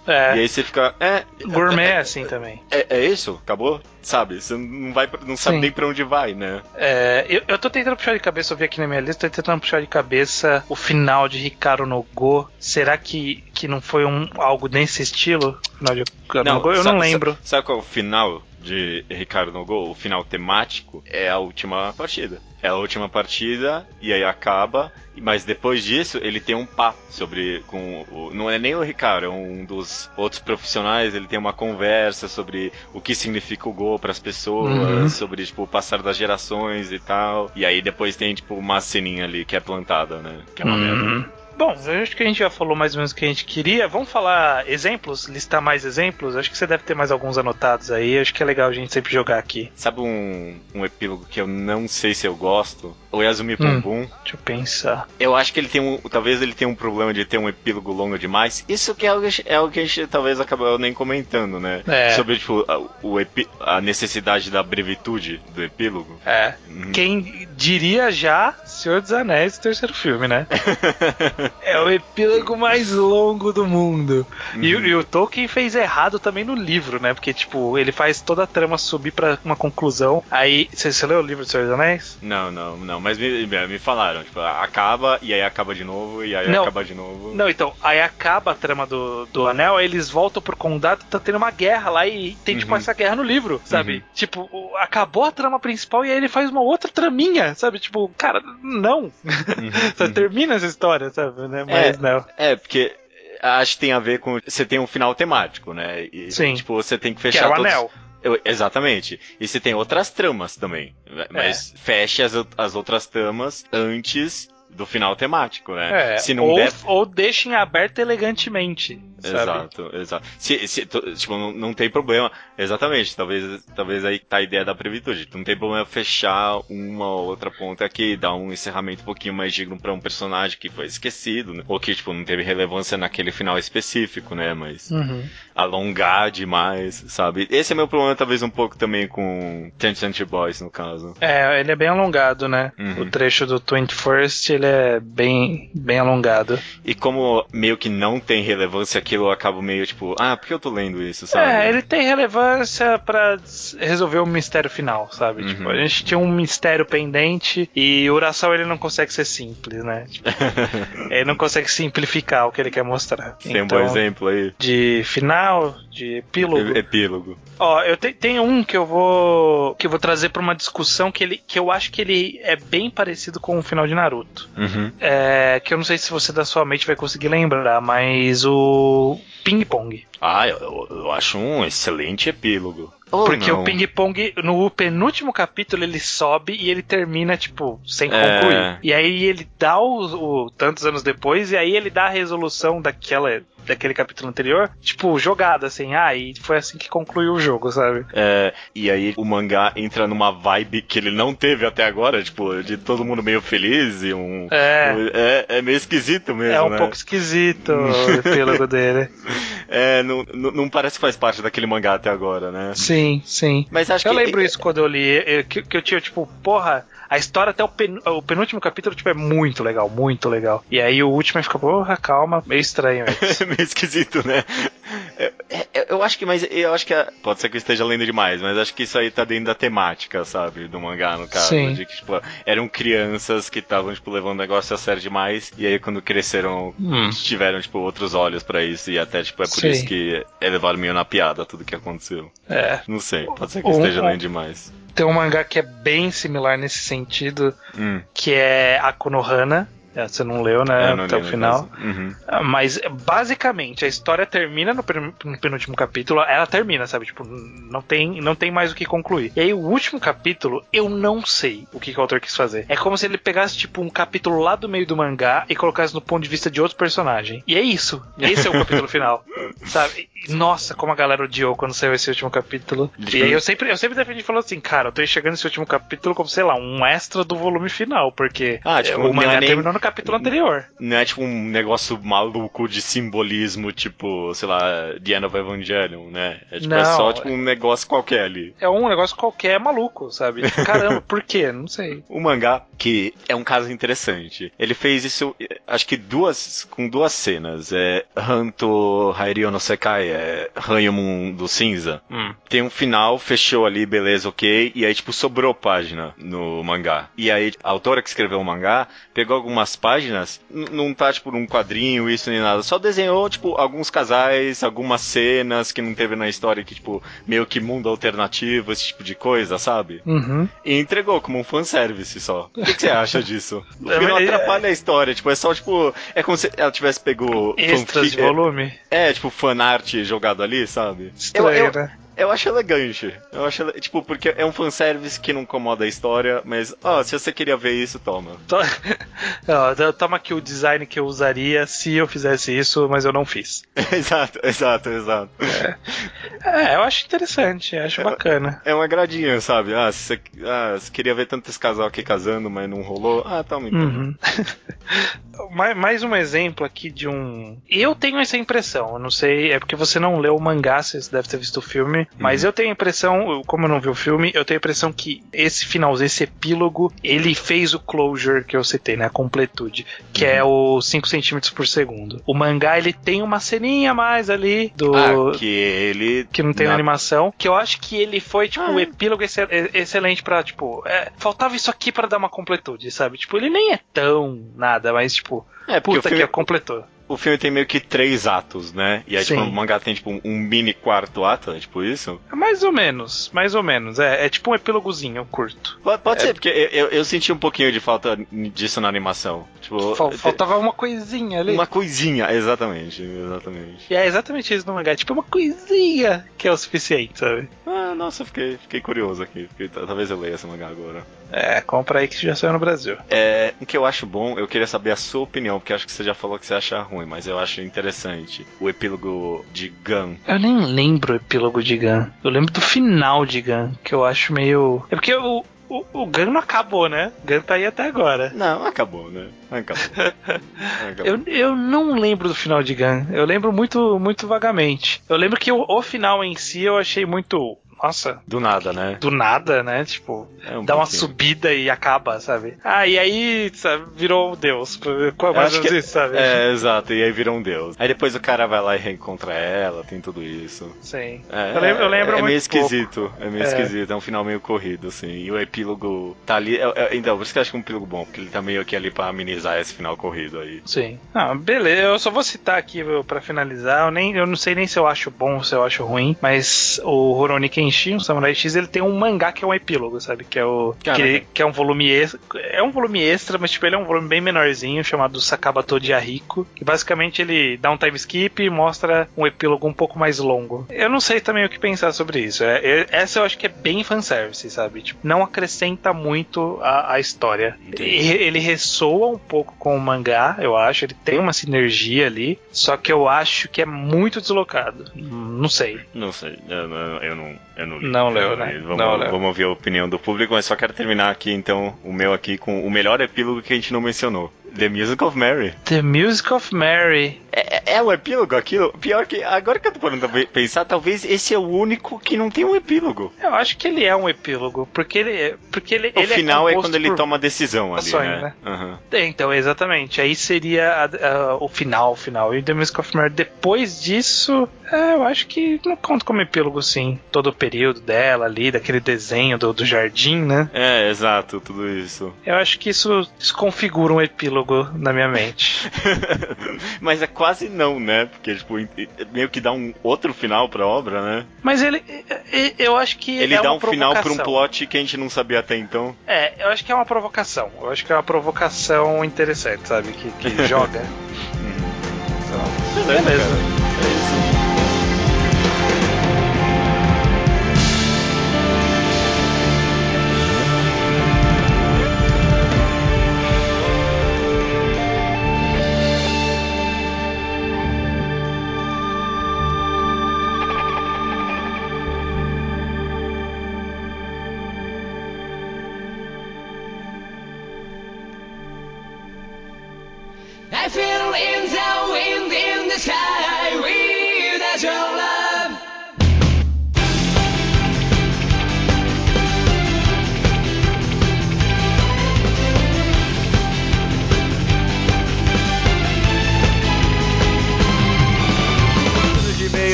É. E aí você fica, é... Gourmet é assim também. É, é isso? Acabou? Sabe? Você não, vai, não sabe Sim. nem pra onde vai, né? É, eu, eu tô tentando puxar de cabeça, eu vi aqui na minha lista, tô tentando puxar de cabeça o final de Hikaru no Go. Será que, que não foi um, algo nesse estilo? Final de Hikaru Não, no Go? Eu sabe, não lembro. Sabe, sabe qual é o final de Hikaru no Go? O final temático é a última partida. É a última partida e aí acaba, mas depois disso ele tem um papo sobre, com o, não é nem o Hikaru, é um dos outros profissionais, ele tem uma conversa sobre o que significa o Go para as pessoas, Uhum. sobre tipo o passar das gerações e tal. E aí depois tem tipo uma ceninha ali que é plantada, né? Que é uma Uhum. merda. Bom, eu acho que a gente já falou mais ou menos o que a gente queria. Vamos falar exemplos? Listar mais exemplos? Acho que você deve ter mais alguns anotados aí. Acho que é legal a gente sempre jogar aqui. Sabe um, um epílogo que eu não sei se eu gosto? O Yasumi Pum Hum. Pum. Deixa eu pensar. Eu acho que ele tem um. Talvez ele tenha um problema de ter um epílogo longo demais. Isso que é algo, é algo que a gente talvez acabou nem comentando, né? É. Sobre, tipo, a, o epi, a necessidade da brevitude do epílogo. É. Uhum. Quem diria já Senhor dos Anéis, o terceiro filme, né? É o epílogo mais longo do mundo. Uhum. E, e o Tolkien fez errado também no livro, né? Porque, tipo, ele faz toda a trama subir pra uma conclusão. Aí, você leu o livro do Senhor dos Anéis? Não, não, não. Mas me, me falaram, tipo, acaba e aí acaba de novo e aí Não. acaba de novo. Não, então, aí acaba a trama do, do Anel, aí eles voltam pro condado, tá tendo uma guerra lá e tem, tipo, Uhum. essa guerra no livro, sabe? Uhum. Tipo, o- acabou a trama principal e aí ele faz uma outra traminha, sabe? Tipo, cara, não. Uhum. Só Uhum. termina essa história, sabe? Né? Mas não. É, porque acho que tem a ver com. Você tem um final temático, né? E, Sim. Tipo, você tem que Que fechar é o todos. Anel. Eu- exatamente. E você tem outras tramas também. Mas feche as, as outras tramas antes do final temático, né? É, Se não ou, der. ou deixem aberto elegantemente, sabe? Exato, exato. Se, se, to- tipo, não, não tem problema. Exatamente, talvez, talvez aí tá a ideia da brevitude. Não tem problema fechar uma ou outra ponta aqui, dar um encerramento um pouquinho mais digno pra um personagem que foi esquecido, né? Ou que, tipo, não teve relevância naquele final específico, né? Mas Uhum. alongar demais, sabe? Esse é meu problema, talvez, um pouco também com Ten Century Boys, no caso. É, ele é bem alongado, né? Uhum. O trecho do twenty-first, ele é bem, bem alongado. E como meio que não tem relevância aquilo, eu acabo meio tipo, ah, por que eu tô lendo isso, sabe? É, ele tem relevância pra des- resolver o mistério final, sabe? Uhum. Tipo, a gente tinha um mistério pendente e o Urasawa ele não consegue ser simples, né? Tipo, ele não consegue simplificar o que ele quer mostrar. Tem um bom Então, exemplo aí? de final, de epílogo. E- Epílogo. Ó, eu te, tenho um que eu vou que eu vou trazer pra uma discussão que ele que eu acho que ele é bem parecido com o final de Naruto. Uhum. É, que eu não sei se você da sua mente vai conseguir lembrar, mas o Ping Pong. Ah, eu, eu- eu acho um excelente epílogo. Ou Porque não. o Ping Pong, no penúltimo capítulo, ele sobe e ele termina, tipo, sem É. concluir. E aí ele dá o, o tantos anos depois, e aí ele dá a resolução daquela, daquele capítulo anterior, tipo, jogada, assim, ah, e foi assim que concluiu o jogo, sabe? É, e aí o mangá entra numa vibe que ele não teve até agora, tipo, de todo mundo meio feliz e um... É. É, é meio esquisito mesmo, É um né? pouco esquisito o epílogo dele. É, não, não, não parece que faz parte daquele mangá até agora, né? Sim, sim. Mas acho Eu que... lembro isso quando eu li, eu- que, que eu tinha, tipo, porra, a história até o, pen, o penúltimo capítulo, tipo, é muito legal, muito legal. E aí o último fica, porra, calma, meio estranho isso. É meio esquisito, né? É, é, eu acho que, mas eu acho que a- pode ser que eu esteja lendo demais, mas acho que isso aí tá dentro da temática, sabe, do mangá, no caso, Sim. de que tipo eram crianças que estavam tipo levando o negócio a sério demais e aí quando cresceram Hum. tiveram tipo outros olhos pra isso e até tipo é por Sim. isso que levaram meio na piada tudo que aconteceu. É. Não sei, pode ser que eu Um- esteja um- lendo demais. Tem um mangá que é bem similar nesse sentido, Hum. que é Akunohana. É, você não leu, né, Eu não até li, o no final. caso. Uhum. Mas, basicamente, a história termina no, pen- no penúltimo capítulo. Ela termina, sabe? Tipo, não tem, não tem mais o que concluir. E aí, o último capítulo, eu não sei o que, que o autor quis fazer. É como se ele pegasse, tipo, um capítulo lá do meio do mangá e colocasse no ponto de vista de outro personagem. E é isso. Esse é o capítulo final. Sabe? E, nossa, como a galera odiou quando saiu esse último capítulo. E aí, eu sempre, eu sempre defendi falando assim, cara, eu tô enxergando esse último capítulo como, sei lá, um extra do volume final. Porque Ah, tipo, o não mangá é nem- terminou no capítulo anterior. Não é tipo um negócio maluco de simbolismo, tipo, sei lá, The End of Evangelion, né? É tipo, Não, é só tipo um negócio qualquer ali. É um negócio qualquer maluco, sabe? Tipo, caramba, por quê? Não sei. O mangá, que é um caso interessante, ele fez isso, acho que duas, com duas cenas. É Hanto Hairyo no Sekai, é Ranho Mundo Cinza. Hum. Tem um final, fechou ali, beleza, ok, e aí, tipo, sobrou página no mangá. E aí, a autora que escreveu o mangá pegou algumas páginas, n- não tá, tipo, num quadrinho, isso nem nada, só desenhou, tipo, alguns casais, algumas cenas que não teve na história, que, tipo, meio que mundo alternativo, esse tipo de coisa, sabe? Uhum. E entregou como um fanservice só. O que, que você acha disso? O É, filme não mas- atrapalha a história, tipo, é só, tipo, é como se ela tivesse pego Extras de volume? É, é, tipo, fanart jogado ali, sabe? Estranho, eu, eu, né? Eu acho elegante. Eu acho, ele- tipo, porque é um fanservice que não incomoda a história, mas, ó, se você queria ver isso, toma. To- Ó, toma aqui o design que eu usaria se eu fizesse isso, mas eu não fiz. Exato, exato, exato. É, eu acho interessante, acho bacana. É uma gradinha, sabe? Ah, se você, ah, você queria ver tanto esse casal aqui casando, mas não rolou, ah, toma então. Uhum. Mais, mais um exemplo aqui de um. Eu tenho essa impressão, eu não sei, é porque você não leu o mangá, você deve ter visto o filme, mas eu tenho a impressão, eu- como eu não vi o filme, eu tenho a impressão que esse finalzinho, esse epílogo, ele fez o closure que eu citei, né? A completude, que é o cinco centímetros por segundo. O mangá, ele tem uma ceninha a mais ali do. Ah, que ele... Que não tem na- animação, que eu acho que ele foi, tipo, Ah. o epílogo excel- excelente pra, tipo, é, faltava isso aqui pra dar uma completude, sabe? Tipo, ele nem é tão nada, mas, tipo, É, porque puta o filme, que completou. o filme tem meio que três atos, né? E aí, tipo, Sim. o mangá tem, tipo, um, um mini quarto ato, é tipo isso? Mais ou menos, mais ou menos. É, é tipo um epílogozinho curto. Pode, pode É. ser, porque eu, eu, eu senti um pouquinho de falta disso na animação. Tipo, Fal- te- faltava uma coisinha ali. uma coisinha, exatamente, exatamente. E é exatamente isso no mangá. Tipo, uma coisinha que é o suficiente, sabe? Ah, nossa, fiquei, fiquei curioso aqui. Fiquei- talvez eu leia esse mangá agora. É, compra aí que já saiu no Brasil. É, o que eu acho bom, eu queria saber a sua opinião, porque acho que você já falou que você acha ruim, mas eu acho interessante. O epílogo de Gun. Eu nem lembro o epílogo de Gun. Eu lembro do final de Gun, que eu acho meio. É porque o, o, o Gun não acabou, né? Gun tá aí até agora. Não, acabou, né? Acabou. acabou. Eu, eu não lembro do final de Gun. Eu lembro muito, muito vagamente. Eu lembro que o, o final em si eu achei muito. Nossa. Do nada, né? Do nada, né? Tipo, É um dá uma pouquinho. subida e acaba, sabe? Ah, e aí, sabe, virou Deus. Eu Mais acho ou menos que- isso, sabe? É, exato, e aí vira um deus. Aí depois o cara vai lá e reencontra ela, tem tudo isso. Sim. É, eu lembro, eu lembro é muito meio pouco. esquisito, é meio É. esquisito, é um final meio corrido, assim. E o epílogo tá ali. É, é, então, por isso que eu acho que é um epílogo bom, porque ele tá meio que ali pra amenizar esse final corrido aí. Sim. Ah, beleza, eu só vou citar aqui viu, pra finalizar. Eu, nem, eu não sei nem se eu acho bom ou se eu acho ruim, mas o Rurouni Kenshin, o Samurai X, ele tem um mangá que é um epílogo, sabe? Que é o. Caraca. Que, que é um volume extra. É um volume extra, mas tipo, ele é um volume bem menorzinho, chamado Sakabato de Ariko. Que basicamente ele dá um time skip e mostra um epílogo um pouco mais longo. Eu não sei também o que pensar sobre isso. É, é- essa eu acho que é bem fanservice, sabe? Tipo, não acrescenta muito a, a história. Entendi. E- Ele ressoa um pouco com o mangá, eu acho. Ele tem uma sinergia ali. Só que eu acho que é muito deslocado. Hum, Não sei. Não sei, eu, não- eu não, eu não li. Não leu, Eu né? li. Vamos, Não leu. vamos ouvir a opinião do público, mas só quero terminar aqui então o meu aqui com o melhor epílogo que a gente não mencionou. The Music of Mary. The Music of Mary. É, é, é um epílogo aquilo? Pior que, agora que eu tô parando pra pensar, talvez esse é o único que não tem um epílogo. Eu acho que ele é um epílogo, porque ele, porque ele, O ele final é é, composto quando ele por- toma a decisão ali, ações, né? né? Aham. É, então, exatamente. Aí seria a- a- o final, o final. E The Music of Mary, depois disso, é, eu acho que não conta como epílogo, sim. Todo o período dela ali, daquele desenho do, do jardim, né? É, exato, tudo isso. Eu acho que isso desconfigura um epílogo na minha mente. Mas é quase não, né? Porque, tipo, meio que dá um outro final pra obra, né? Mas ele, e- e- eu acho que Ele é dá uma um final pra um provocação. plot que a gente não sabia até então. É, eu acho que é uma provocação. Eu acho que é uma provocação interessante, sabe? Que, que joga. Então, Beleza, beleza. cara. É isso.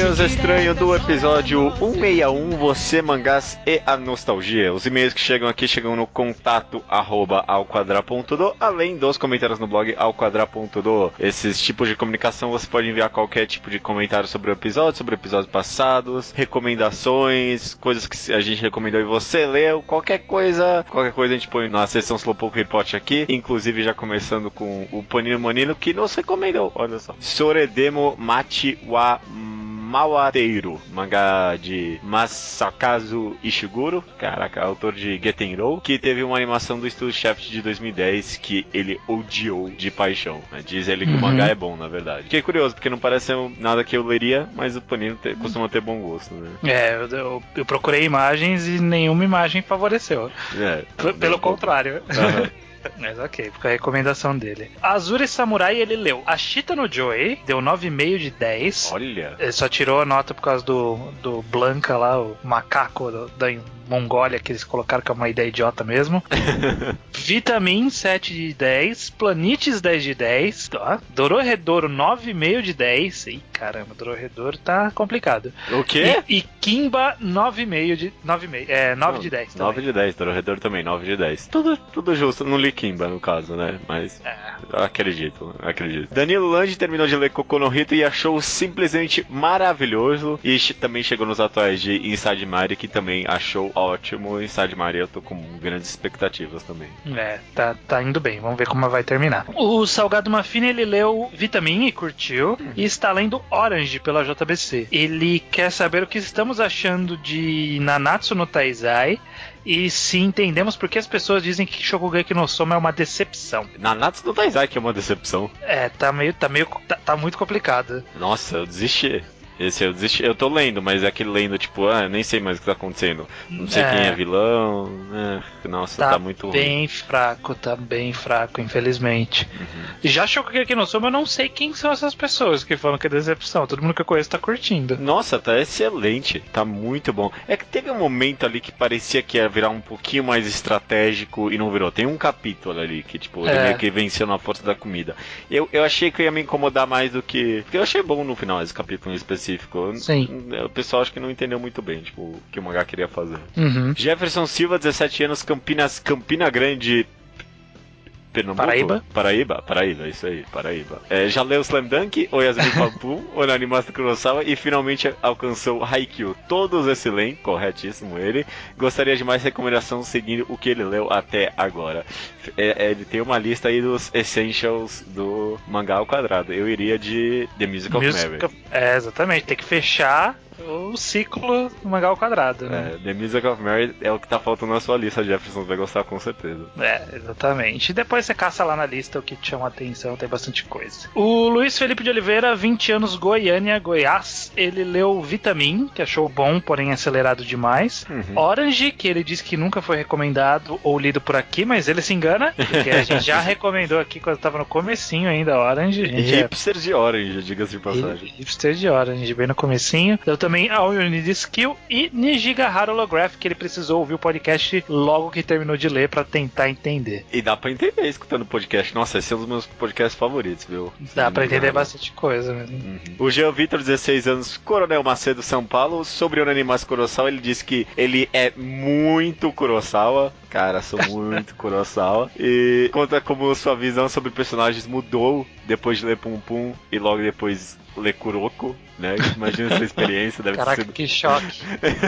meus estranhos do episódio cento e sessenta e um, você, mangás e a nostalgia. Os e-mails que chegam aqui chegam no contato arroba alquadra.do, além dos comentários no blog alquadra.do. Esses tipos de comunicação você pode enviar qualquer tipo de comentário sobre o episódio, sobre episódios passados, recomendações, coisas que a gente recomendou e você leu, qualquer coisa, qualquer coisa a gente põe na seção Slowpoke Report aqui, inclusive já começando com o Panino Manino que nos recomendou, olha só. Soredemo Machi wa Mawateiro, mangá de Masakazu Ishiguro, caraca, autor de Getenrou, que teve uma animação do estúdio Shaft de dois mil e dez que ele odiou de paixão, né? Diz ele que uhum. o mangá é bom, na verdade. Fiquei curioso, porque não parece nada que eu leria, mas o Panino te, costuma ter bom gosto, né? É, eu, eu, eu procurei imagens e nenhuma imagem favoreceu. É, P- pelo contrário. Uhum. Mas ok, fica a recomendação dele. Azuri Samurai, ele leu Ashita no Joy, deu nove vírgula cinco de dez. Olha! Ele só tirou a nota por causa do, do Blanca lá, o macaco do, da Mongólia que eles colocaram, que é uma ideia idiota mesmo. Vitamin, sete de dez. Planites, dez de dez. Ó, Dororedoro, nove vírgula cinco de dez. Ih, caramba, Dororedoro tá complicado. O quê? E, e Kimba, nove vírgula cinco de... nove vírgula cinco, é, nove de dez. nove de dez, Dororedoro também, nove de dez. Tudo, tudo justo, não li Kimba no caso, né? Mas é. acredito, acredito. Danilo Landi terminou de ler Koku no Hito e achou simplesmente maravilhoso. E também chegou nos atuais de Inside Mario, que também achou ótimo. Inside Mario eu tô com grandes expectativas também. É, tá, tá indo bem, vamos ver como vai terminar. O Salgado Mafine, ele leu Vitamin e curtiu, uhum. e está lendo Orange pela J B C. Ele quer saber o que estamos achando de Nanatsu no Taizai e se entendemos por que as pessoas dizem que Shokugeki no Soma é uma decepção. Nanatsu no Taizai que é uma decepção. É, tá meio, tá meio, tá, tá muito complicado. Nossa, eu desisti. Esse eu desisti, eu tô lendo, mas é aquele lendo tipo, ah, nem sei mais o que tá acontecendo. Não sei é. quem é vilão. É, nossa, tá, tá muito ruim. Tá bem fraco, tá bem fraco, infelizmente. Uhum. Já achou que aqui no Soma, eu não sei quem são essas pessoas que falam que é decepção. Todo mundo que eu conheço tá curtindo. Nossa, tá excelente, tá muito bom. É que teve um momento ali que parecia que ia virar um pouquinho mais estratégico e não virou. Tem um capítulo ali que, tipo, ele é. meio que venceu na força da comida. Eu, eu achei que ia me incomodar mais do que. Porque eu achei bom no final esse capítulo em específico. Sim. O pessoal acho que não entendeu muito bem, tipo, o que o mangá queria fazer. Uhum. Jefferson Silva, dezessete anos, Campinas, Campina Grande, Pernambuco? Paraíba? Paraíba, Paraíba, isso aí, Paraíba. É, já leu Slam Dunk, o Yasmin Pampum, o Animaster Kurosawa e finalmente alcançou Haikyuu. Todos excelentes, corretíssimo ele. Gostaria de mais recomendação seguindo o que ele leu até agora. É, ele tem uma lista aí dos essentials do mangá ao quadrado. Eu iria de The Music of Music Mary. Of... É, exatamente, tem que fechar o ciclo do mangá ao quadrado, né? É, The Music of Mary é o que tá faltando na sua lista, Jefferson, vai gostar com certeza. É, exatamente. E depois você caça lá na lista o que te chama a atenção, tem bastante coisa. O Luiz Felipe de Oliveira, vinte anos, Goiânia, Goiás, ele leu Vitamin, que achou bom, porém acelerado demais. Uhum. Orange, que ele disse que nunca foi recomendado ou lido por aqui, mas ele se engana, porque a gente já recomendou aqui quando tava no comecinho ainda, Orange. Hipster é... de Orange, diga-se de passagem. Hipster de Orange, bem no comecinho. Eu também All You Need Skill e Nijigahara Holograph, que ele precisou ouvir o podcast logo que terminou de ler pra tentar entender. E dá pra entender escutando o podcast. Nossa, esse é um dos meus podcasts favoritos, viu? Dá Sim, pra entender bastante coisa mesmo. Uhum. O Jean Vitor, dezesseis anos, Coronel Macedo, São Paulo. Sobre o Animação Kurosawa, ele disse que ele é muito Kurosawa. Cara, sou muito Kurosawa. E conta como sua visão sobre personagens mudou depois de ler Pum Pum e logo depois ler Kuroko, né? Imagina essa experiência. Deve Caraca, ser... que choque.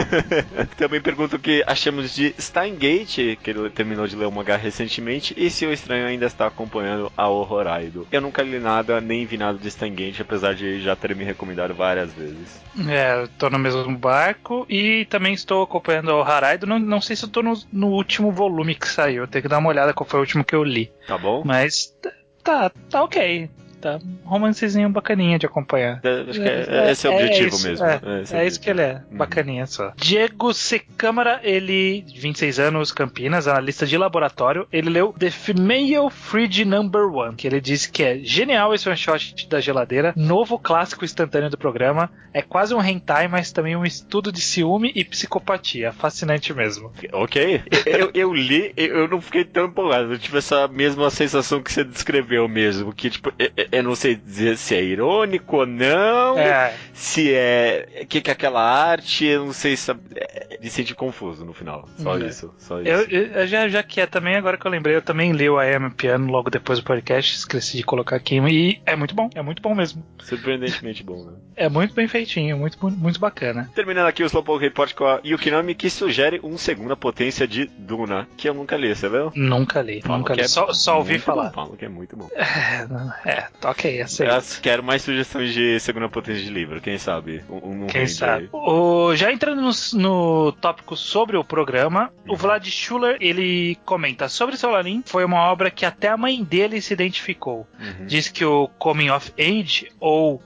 Também pergunto o que achamos de Steingate, que ele terminou de ler o mangá recentemente, e se o estranho ainda está acompanhando a Horroraido. Eu nunca li nada, nem vi nada de Steingate, apesar de já ter me recomendado várias vezes. É, eu tô no mesmo barco e também estou acompanhando a Horroraido. Não, não sei se eu tô no, no último volume que saiu, eu tenho que dar uma olhada qual foi o último que eu li. Tá bom? Mas tá, tá ok. Tá, um romancezinho bacaninha de acompanhar. É, acho que é, é, esse é o objetivo é isso, mesmo. É, é, é, é objetivo. isso que ele é, bacaninha uhum. só. Diego C. Câmara, ele, vinte e seis anos, Campinas, analista de laboratório, ele leu The Female Fridge Number One, que ele disse que é genial esse one shot da geladeira, novo clássico instantâneo do programa, é quase um hentai, mas também um estudo de ciúme e psicopatia, fascinante mesmo. Ok, eu, eu li, eu não fiquei tão empolgado, eu tive essa mesma sensação que você descreveu mesmo, que tipo, é, é, Eu não sei dizer se é irônico ou não, É. se é... O que que é aquela arte, eu não sei se... É, me senti confuso no final, só É. isso, só isso. Eu, eu já, já que é também, agora que eu lembrei, eu também li o I Am Piano logo depois do podcast, esqueci de colocar aqui, e é muito bom, é muito bom mesmo. Surpreendentemente bom, né? É muito bem feitinho, muito, muito bacana. Terminando aqui o Slowpoke Report com a Yukinami, que sugere um segunda potência de Duna, que eu nunca li, você viu? Nunca li, Falam nunca que li, é só, só ouvi muito falar. Bom, falam que é muito bom. É, não- é ok, aceito. Eu quero mais sugestões de segunda potência de livro, quem sabe? Um, um Quem range sabe? aí. O, já entrando no, no tópico sobre o programa, Uhum. o Vlad Schuller, ele comenta sobre Solanin, foi uma obra que até a mãe dele se identificou. Uhum. Diz que o Coming of Age, ou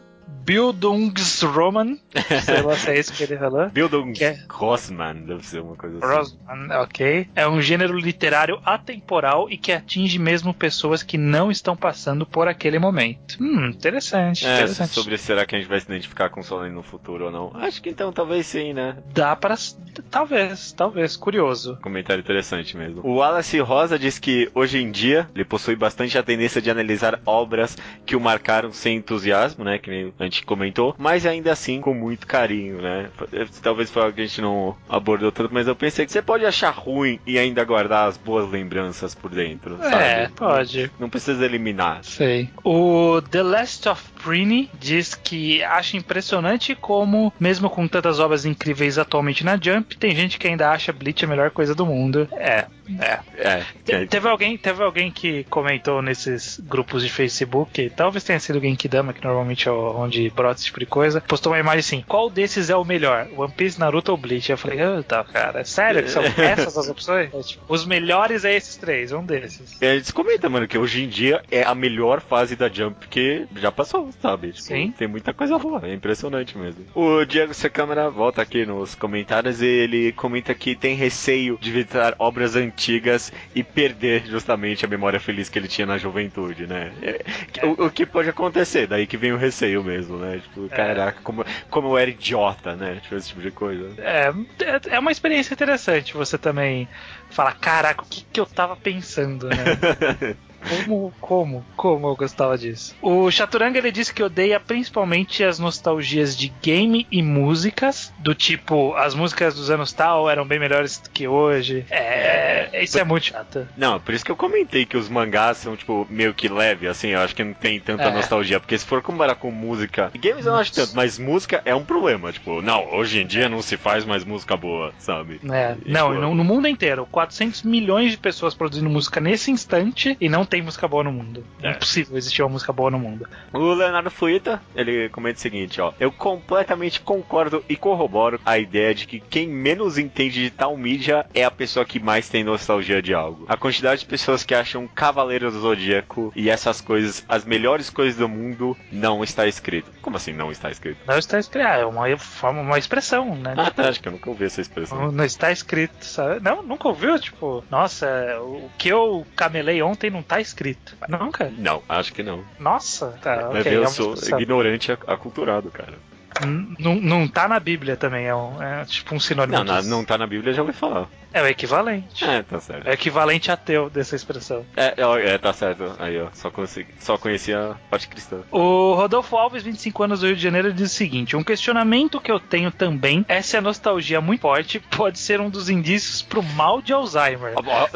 Bildungsroman, sei lá se é isso que ele falou. Bildungsroman, deve ser uma coisa assim. Rosman, ok. É um gênero literário atemporal e que atinge mesmo pessoas que não estão passando por aquele momento. Hum, interessante, É, interessante. sobre será que a gente vai se identificar com o Solanin no futuro ou não? Acho que então, talvez sim, né? Dá para, talvez, talvez, curioso. Comentário interessante mesmo. O Wallace Rosa diz que hoje em dia ele possui bastante a tendência de analisar obras que o marcaram sem entusiasmo, né? Que nem a gente comentou, mas ainda assim com muito carinho, né? Talvez foi algo que a gente não abordou tanto, mas eu pensei que você pode achar ruim e ainda guardar as boas lembranças por dentro, sabe? É, pode. Não, não precisa eliminar. Sei. O The Last of Prini diz que acha impressionante como, mesmo com tantas obras incríveis atualmente na Jump, tem gente que ainda acha Bleach a melhor coisa do mundo. É, é. É, Te- Teve alguém, teve alguém que comentou nesses grupos de Facebook, talvez tenha sido o Genkidama, que normalmente é onde brota esse tipo de coisa, postou uma imagem assim: qual desses é o melhor? One Piece, Naruto ou Bleach? Eu falei, ah, tá, cara, é sério que são essas as opções? É, tipo, os melhores é esses três, um desses. É, eles comentam, mano, que hoje em dia é a melhor fase da Jump que já passou, sabe? Tipo, Sim. Tem muita coisa boa, é impressionante mesmo. O Diego Secâmara volta aqui nos comentários e ele comenta que tem receio de visitar obras antigas e perder justamente a memória feliz que ele tinha na juventude, né? É, o, o que pode acontecer, daí que vem o receio mesmo, né? Tipo, caraca, como, como eu era idiota, né? Tipo, esse tipo de coisa. É, é uma experiência interessante você também falar, caraca, o que, que eu tava pensando, né? Como, como, como eu gostava disso. O Chaturanga, ele disse que odeia principalmente as nostalgias de game e músicas, do tipo, as músicas dos anos tal eram bem melhores do que hoje. É, é isso é muito chato. Não, por isso que eu comentei que os mangás são, tipo, meio que leve, assim, eu acho que não tem tanta É. nostalgia, porque se for comparar com música, games eu não acho tanto, mas música é um problema, tipo, não, hoje em dia não se faz mais música boa, sabe? É, E, não, tipo, no, no mundo inteiro, quatrocentos milhões de pessoas produzindo música nesse instante e não tem música boa no mundo. É É. impossível existir uma música boa no mundo. O Leonardo Fuita, ele comenta o seguinte, ó. Eu completamente concordo e corroboro a ideia de que quem menos entende de tal mídia é a pessoa que mais tem nostalgia de algo. A quantidade de pessoas que acham Cavaleiros do Zodíaco e essas coisas, as melhores coisas do mundo, não está escrito. Como assim não está escrito? Não está escrito, ah, é uma forma, uma expressão, né? Ah, tá, acho que eu nunca ouvi essa expressão. Não, não está escrito, sabe? Não, nunca ouviu? Tipo, nossa, o que eu camelei ontem não está escrito. Nunca? Não, acho que não. Nossa, tá, Vai ok. ver, eu é uma sou expressão. ignorante ac- aculturado, cara. N- Não, não tá na Bíblia também, é, um, é tipo um sinônimo Não, na- disso. não tá na Bíblia, já ouvi falar. É o equivalente. É, tá certo. É o equivalente ateu dessa expressão. É, é, é, tá certo. Aí, ó, só, consegui, só conhecia a parte cristã. O Rodolfo Alves, vinte e cinco anos do Rio de Janeiro, diz o seguinte: um questionamento que eu tenho também é se a nostalgia muito forte pode ser um dos indícios pro mal de Alzheimer.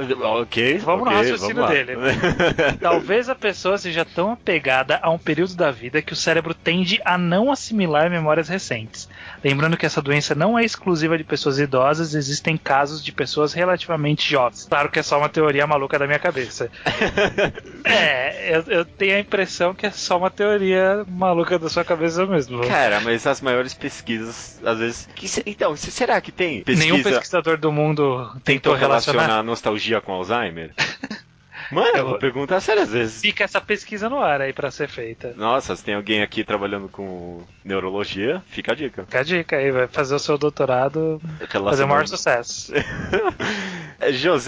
Ok, Vamos no ok, raciocínio vamos lá. dele. Talvez a pessoa seja tão apegada a um período da vida que o cérebro tende a não assimilar memórias recentes. Lembrando que essa doença não é exclusiva de pessoas idosas, existem casos de pessoas relativamente jovens. Claro que é só uma teoria maluca da minha cabeça. É, eu, eu tenho a impressão que é só uma teoria maluca da sua cabeça mesmo. Cara, mas as maiores pesquisas, às vezes... Que se- então, se- será que tem pesquisa... Nenhum pesquisador do mundo tentou tentou relacionar relacionar. a nostalgia com Alzheimer? Mano, eu vou perguntar sério às vezes. Fica essa pesquisa no ar aí pra ser feita. Nossa, se tem alguém aqui trabalhando com neurologia, fica a dica. Fica a dica aí, vai fazer o seu doutorado, fazer o maior sucesso. José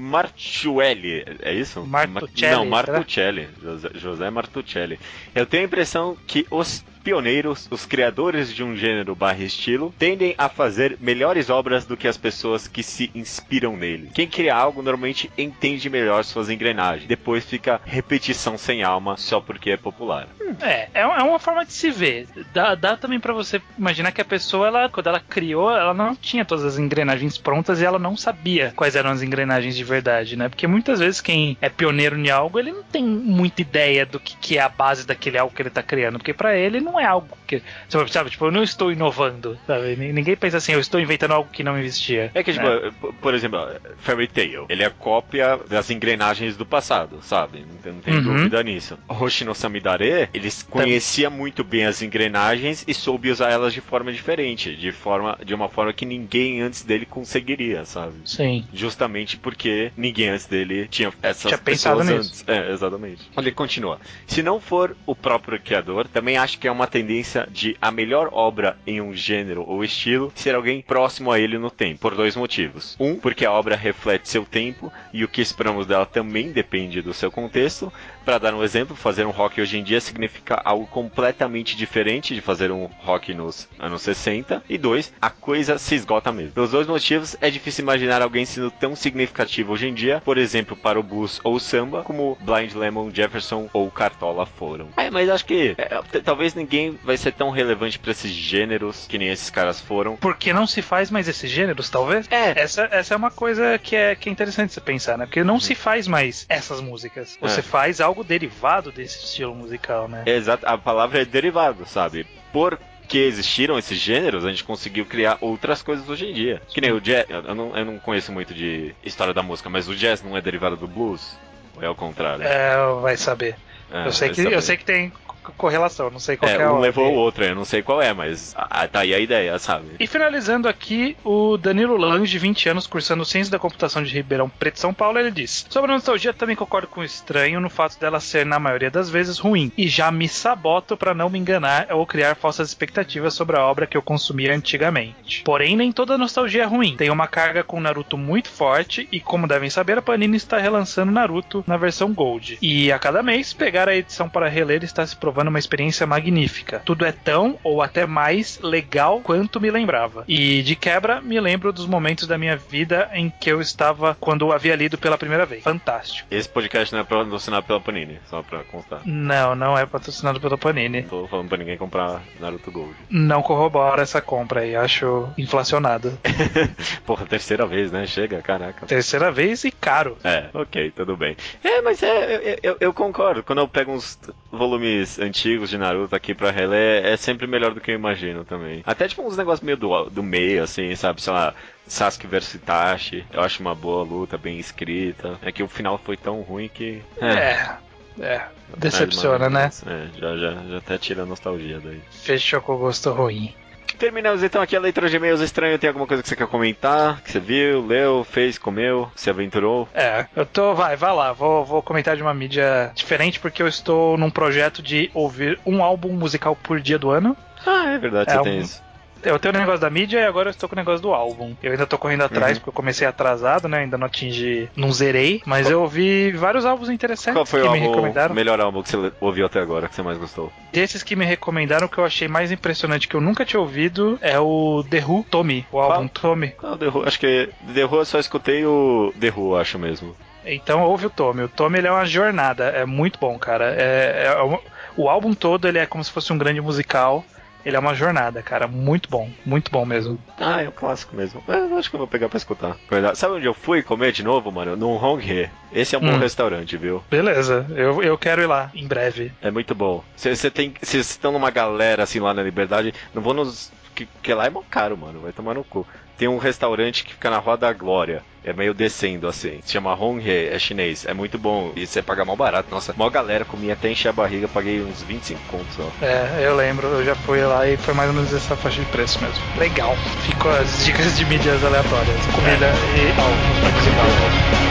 Martuchelli, é isso? Martuchelli, Não, Martuchelli, José, José Martuchelli. Eu tenho a impressão que os pioneiros, os criadores de um gênero barra estilo, tendem a fazer melhores obras do que as pessoas que se inspiram nele. Quem cria algo normalmente entende melhor suas engrenagens. Depois fica repetição sem alma só porque é popular. É, é uma forma de se ver. Dá, dá também pra você imaginar que a pessoa, ela, quando ela criou, ela não tinha todas as engrenagens prontas e ela não sabia quais eram as engrenagens de verdade, né? Porque muitas vezes quem é pioneiro em algo, ele não tem muita ideia do que, que é a base daquele algo que ele tá criando, porque pra ele não é algo que, sabe, tipo, eu não estou inovando, sabe? Ninguém pensa assim, eu estou inventando algo que não existia. É que, tipo, né? Por exemplo, Fairy Tail, ele é cópia das engrenagens do passado, sabe? Não tem, não tem uhum. dúvida nisso. Hoshino Samidare, ele conhecia muito bem as engrenagens e soube usar elas de forma diferente, de, forma, de uma forma que ninguém antes dele conseguiria, sabe? Sim. Justamente porque ninguém antes dele tinha essas tinha pessoas pensado antes. Nisso. É, exatamente. Ele continua. Se não for o próprio criador, também acho que é uma tendência de a melhor obra em um gênero ou estilo ser alguém próximo a ele no tempo, por dois motivos. Um, porque a obra reflete seu tempo e o que esperamos dela também depende do seu contexto. Para dar um exemplo, fazer um rock hoje em dia significa algo completamente diferente de fazer um rock nos anos sessenta. E dois, a coisa se esgota mesmo. Pelos dois motivos, é difícil imaginar alguém sendo tão significativo hoje em dia, por exemplo, para o blues ou o samba, como Blind Lemon, Jefferson ou Cartola foram. É, mas acho que é, talvez ninguém vai ser tão relevante para esses gêneros que nem esses caras foram. Porque não se faz mais esses gêneros, talvez? É. Essa, essa é uma coisa que é, que é interessante você pensar, né? Porque não hum. se faz mais essas músicas. Você é. faz algo derivado desse estilo musical, né? Exato. A palavra é derivado, sabe? Por... que existiram esses gêneros, a gente conseguiu criar outras coisas hoje em dia. Que nem o jazz, eu não, eu não conheço muito de história da música, mas o jazz não é derivado do blues? Ou é ao contrário? É, vai saber. É, eu, sei que, eu sei que tem correlação, não sei qual é, é a um levou o outro, eu não sei qual é, mas ah, tá aí a ideia, sabe? E finalizando aqui, o Danilo Lange, de vinte anos, cursando Ciência da Computação de Ribeirão Preto, São Paulo, ele diz: sobre a nostalgia, também concordo com o estranho no fato dela ser, na maioria das vezes, ruim, e já me saboto pra não me enganar ou criar falsas expectativas sobre a obra que eu consumia antigamente. Porém, nem toda nostalgia é ruim. Tem uma carga com Naruto muito forte e, como devem saber, a Panini está relançando Naruto na versão Gold. E a cada mês, pegar a edição para reler está se provando uma experiência magnífica. Tudo é tão, ou até mais, legal quanto me lembrava. E, de quebra, me lembro dos momentos da minha vida em que eu estava quando eu havia lido pela primeira vez. Fantástico. Esse podcast não é patrocinado pela Panini, só pra constar. Não, não é patrocinado pela Panini. Não tô falando pra ninguém comprar Naruto Gold. Não corrobora essa compra aí, acho inflacionado. Porra, terceira vez, né? Chega, caraca. Terceira vez e caro. É, ok, tudo bem. É, mas é, eu, eu, eu concordo. Quando eu pego uns volumes antigos de Naruto aqui pra reler, é sempre melhor do que eu imagino também. Até tipo uns negócios meio do, do meio, assim, sabe? Sei lá, Sasuke versus Itachi. Eu acho uma boa luta, bem escrita. É que o final foi tão ruim que... É, é, é decepciona, né? É, já, já, já até tira a nostalgia daí. Fechou com o gosto ruim. Terminamos então aqui a leitura de e-mails estranhos. Tem alguma coisa que você quer comentar? Que você viu, leu, fez, comeu, se aventurou? É, eu tô... Vai, vai lá. Vou, vou comentar de uma mídia diferente porque eu estou num projeto de ouvir um álbum musical por dia do ano. Ah, é verdade, é você um... tem isso. Eu tenho o negócio da mídia e agora eu estou com o negócio do álbum. Eu ainda tô correndo atrás, uhum. porque eu comecei atrasado, né? Ainda não atingi, não zerei. Mas Qual... eu ouvi vários álbuns interessantes. Qual foi que o me álbum, recomendaram. melhor álbum que você ouviu até agora, que você mais gostou? Desses que me recomendaram, o que eu achei mais impressionante, que eu nunca tinha ouvido, é o The Who, Tommy. O álbum Qual? Tommy. Qual The Who? Acho que The Who eu só escutei o The Who, acho mesmo. Então ouve o Tommy. O Tommy, ele é uma jornada. É muito bom, cara. É, é, é, o álbum todo, ele é como se fosse um grande musical. Ele é uma jornada, cara. Muito bom. Muito bom mesmo. Ah, é um clássico mesmo. Eu acho que eu vou pegar pra escutar. Sabe onde eu fui comer de novo, mano? No Honghe. Esse é um hum. bom restaurante, viu? Beleza. Eu, eu quero ir lá, em breve. É muito bom. Vocês estão numa galera, assim, lá na Liberdade, não vão nos... Que, que lá é mó caro, mano. Vai tomar no cu. Tem um restaurante que fica na Rua da Glória. É meio descendo, assim. Se chama Honghe, é chinês. É muito bom. E você paga mal barato. Nossa, mó galera comia até encher a barriga. Paguei uns vinte e cinco contos, ó. É, eu lembro. Eu já fui lá e foi mais ou menos essa faixa de preço mesmo. Legal. Ficou as dicas de mídias aleatórias. Comida é. e álcool pra cozinhar.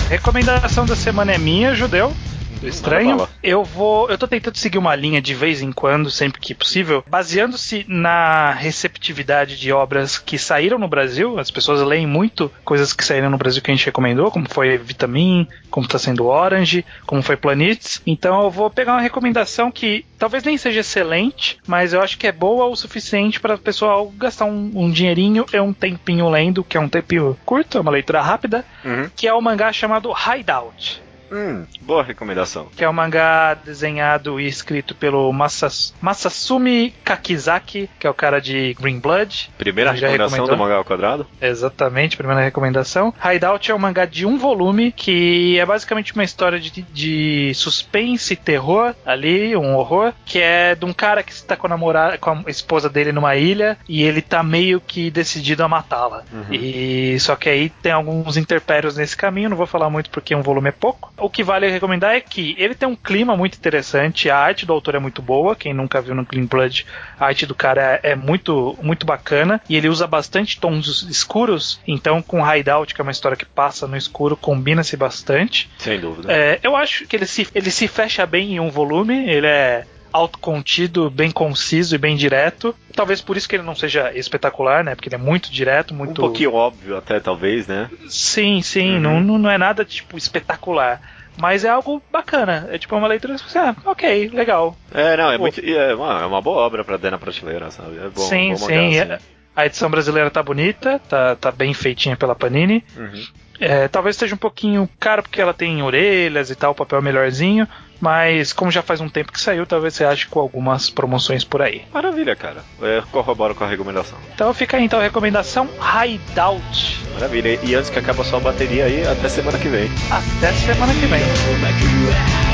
recomendação da semana é minha, Judeu. Do estranho. Eu vou. Eu tô tentando seguir uma linha de vez em quando, sempre que possível, baseando-se na receptividade de obras que saíram no Brasil. As pessoas leem muito coisas que saíram no Brasil que a gente recomendou, como foi Vitamin, como tá sendo Orange, como foi Planets. Então eu vou pegar uma recomendação que talvez nem seja excelente, mas eu acho que é boa o suficiente para o pessoal gastar um, um dinheirinho e um tempinho lendo, que é um tempinho curto, é uma leitura rápida, uhum. que é o mangá chamado Hideout. Hum, boa recomendação. Que é um mangá desenhado e escrito pelo Masas, Masasumi Kakizaki, que é o cara de Green Blood. Primeira recomendação do mangá ao quadrado? Exatamente, primeira recomendação. Hideout é um mangá de um volume, que é basicamente uma história de, de suspense e terror ali, um horror, que é de um cara que está com a namorada, com a esposa dele numa ilha, e ele tá meio que decidido a matá-la. Uhum. E só que aí tem alguns interpérios nesse caminho, não vou falar muito porque um volume é pouco. O que vale recomendar é que ele tem um clima muito interessante, a arte do autor é muito boa, quem nunca viu no Green Blood, a arte do cara é, é muito, muito bacana, e ele usa bastante tons escuros, então com Hideout, que é uma história que passa no escuro, combina-se bastante. Sem dúvida. É, eu acho que ele se, ele se fecha bem em um volume, ele é autocontido, bem conciso e bem direto. Talvez por isso que ele não seja espetacular, né? Porque ele é muito direto, muito... Um pouquinho óbvio até, talvez, né? Sim, sim. Uhum. Não, não é nada, tipo, espetacular. Mas é algo bacana. É tipo uma leitura que você, ah, ok, legal. É, não, é Pô. muito... É uma, é uma boa obra pra ter na prateleira, sabe? É bom, sim, bom sim. mangá, assim. A edição brasileira tá bonita, tá, tá bem feitinha pela Panini. Uhum. É, talvez esteja um pouquinho caro porque ela tem orelhas e tal, papel melhorzinho, mas como já faz um tempo que saiu, talvez você ache com algumas promoções por aí. Maravilha, cara. Eu corroboro com a recomendação. Então fica aí então a recomendação Hideout. Maravilha. E antes que acabe a sua bateria aí, até semana que vem. Até semana que vem.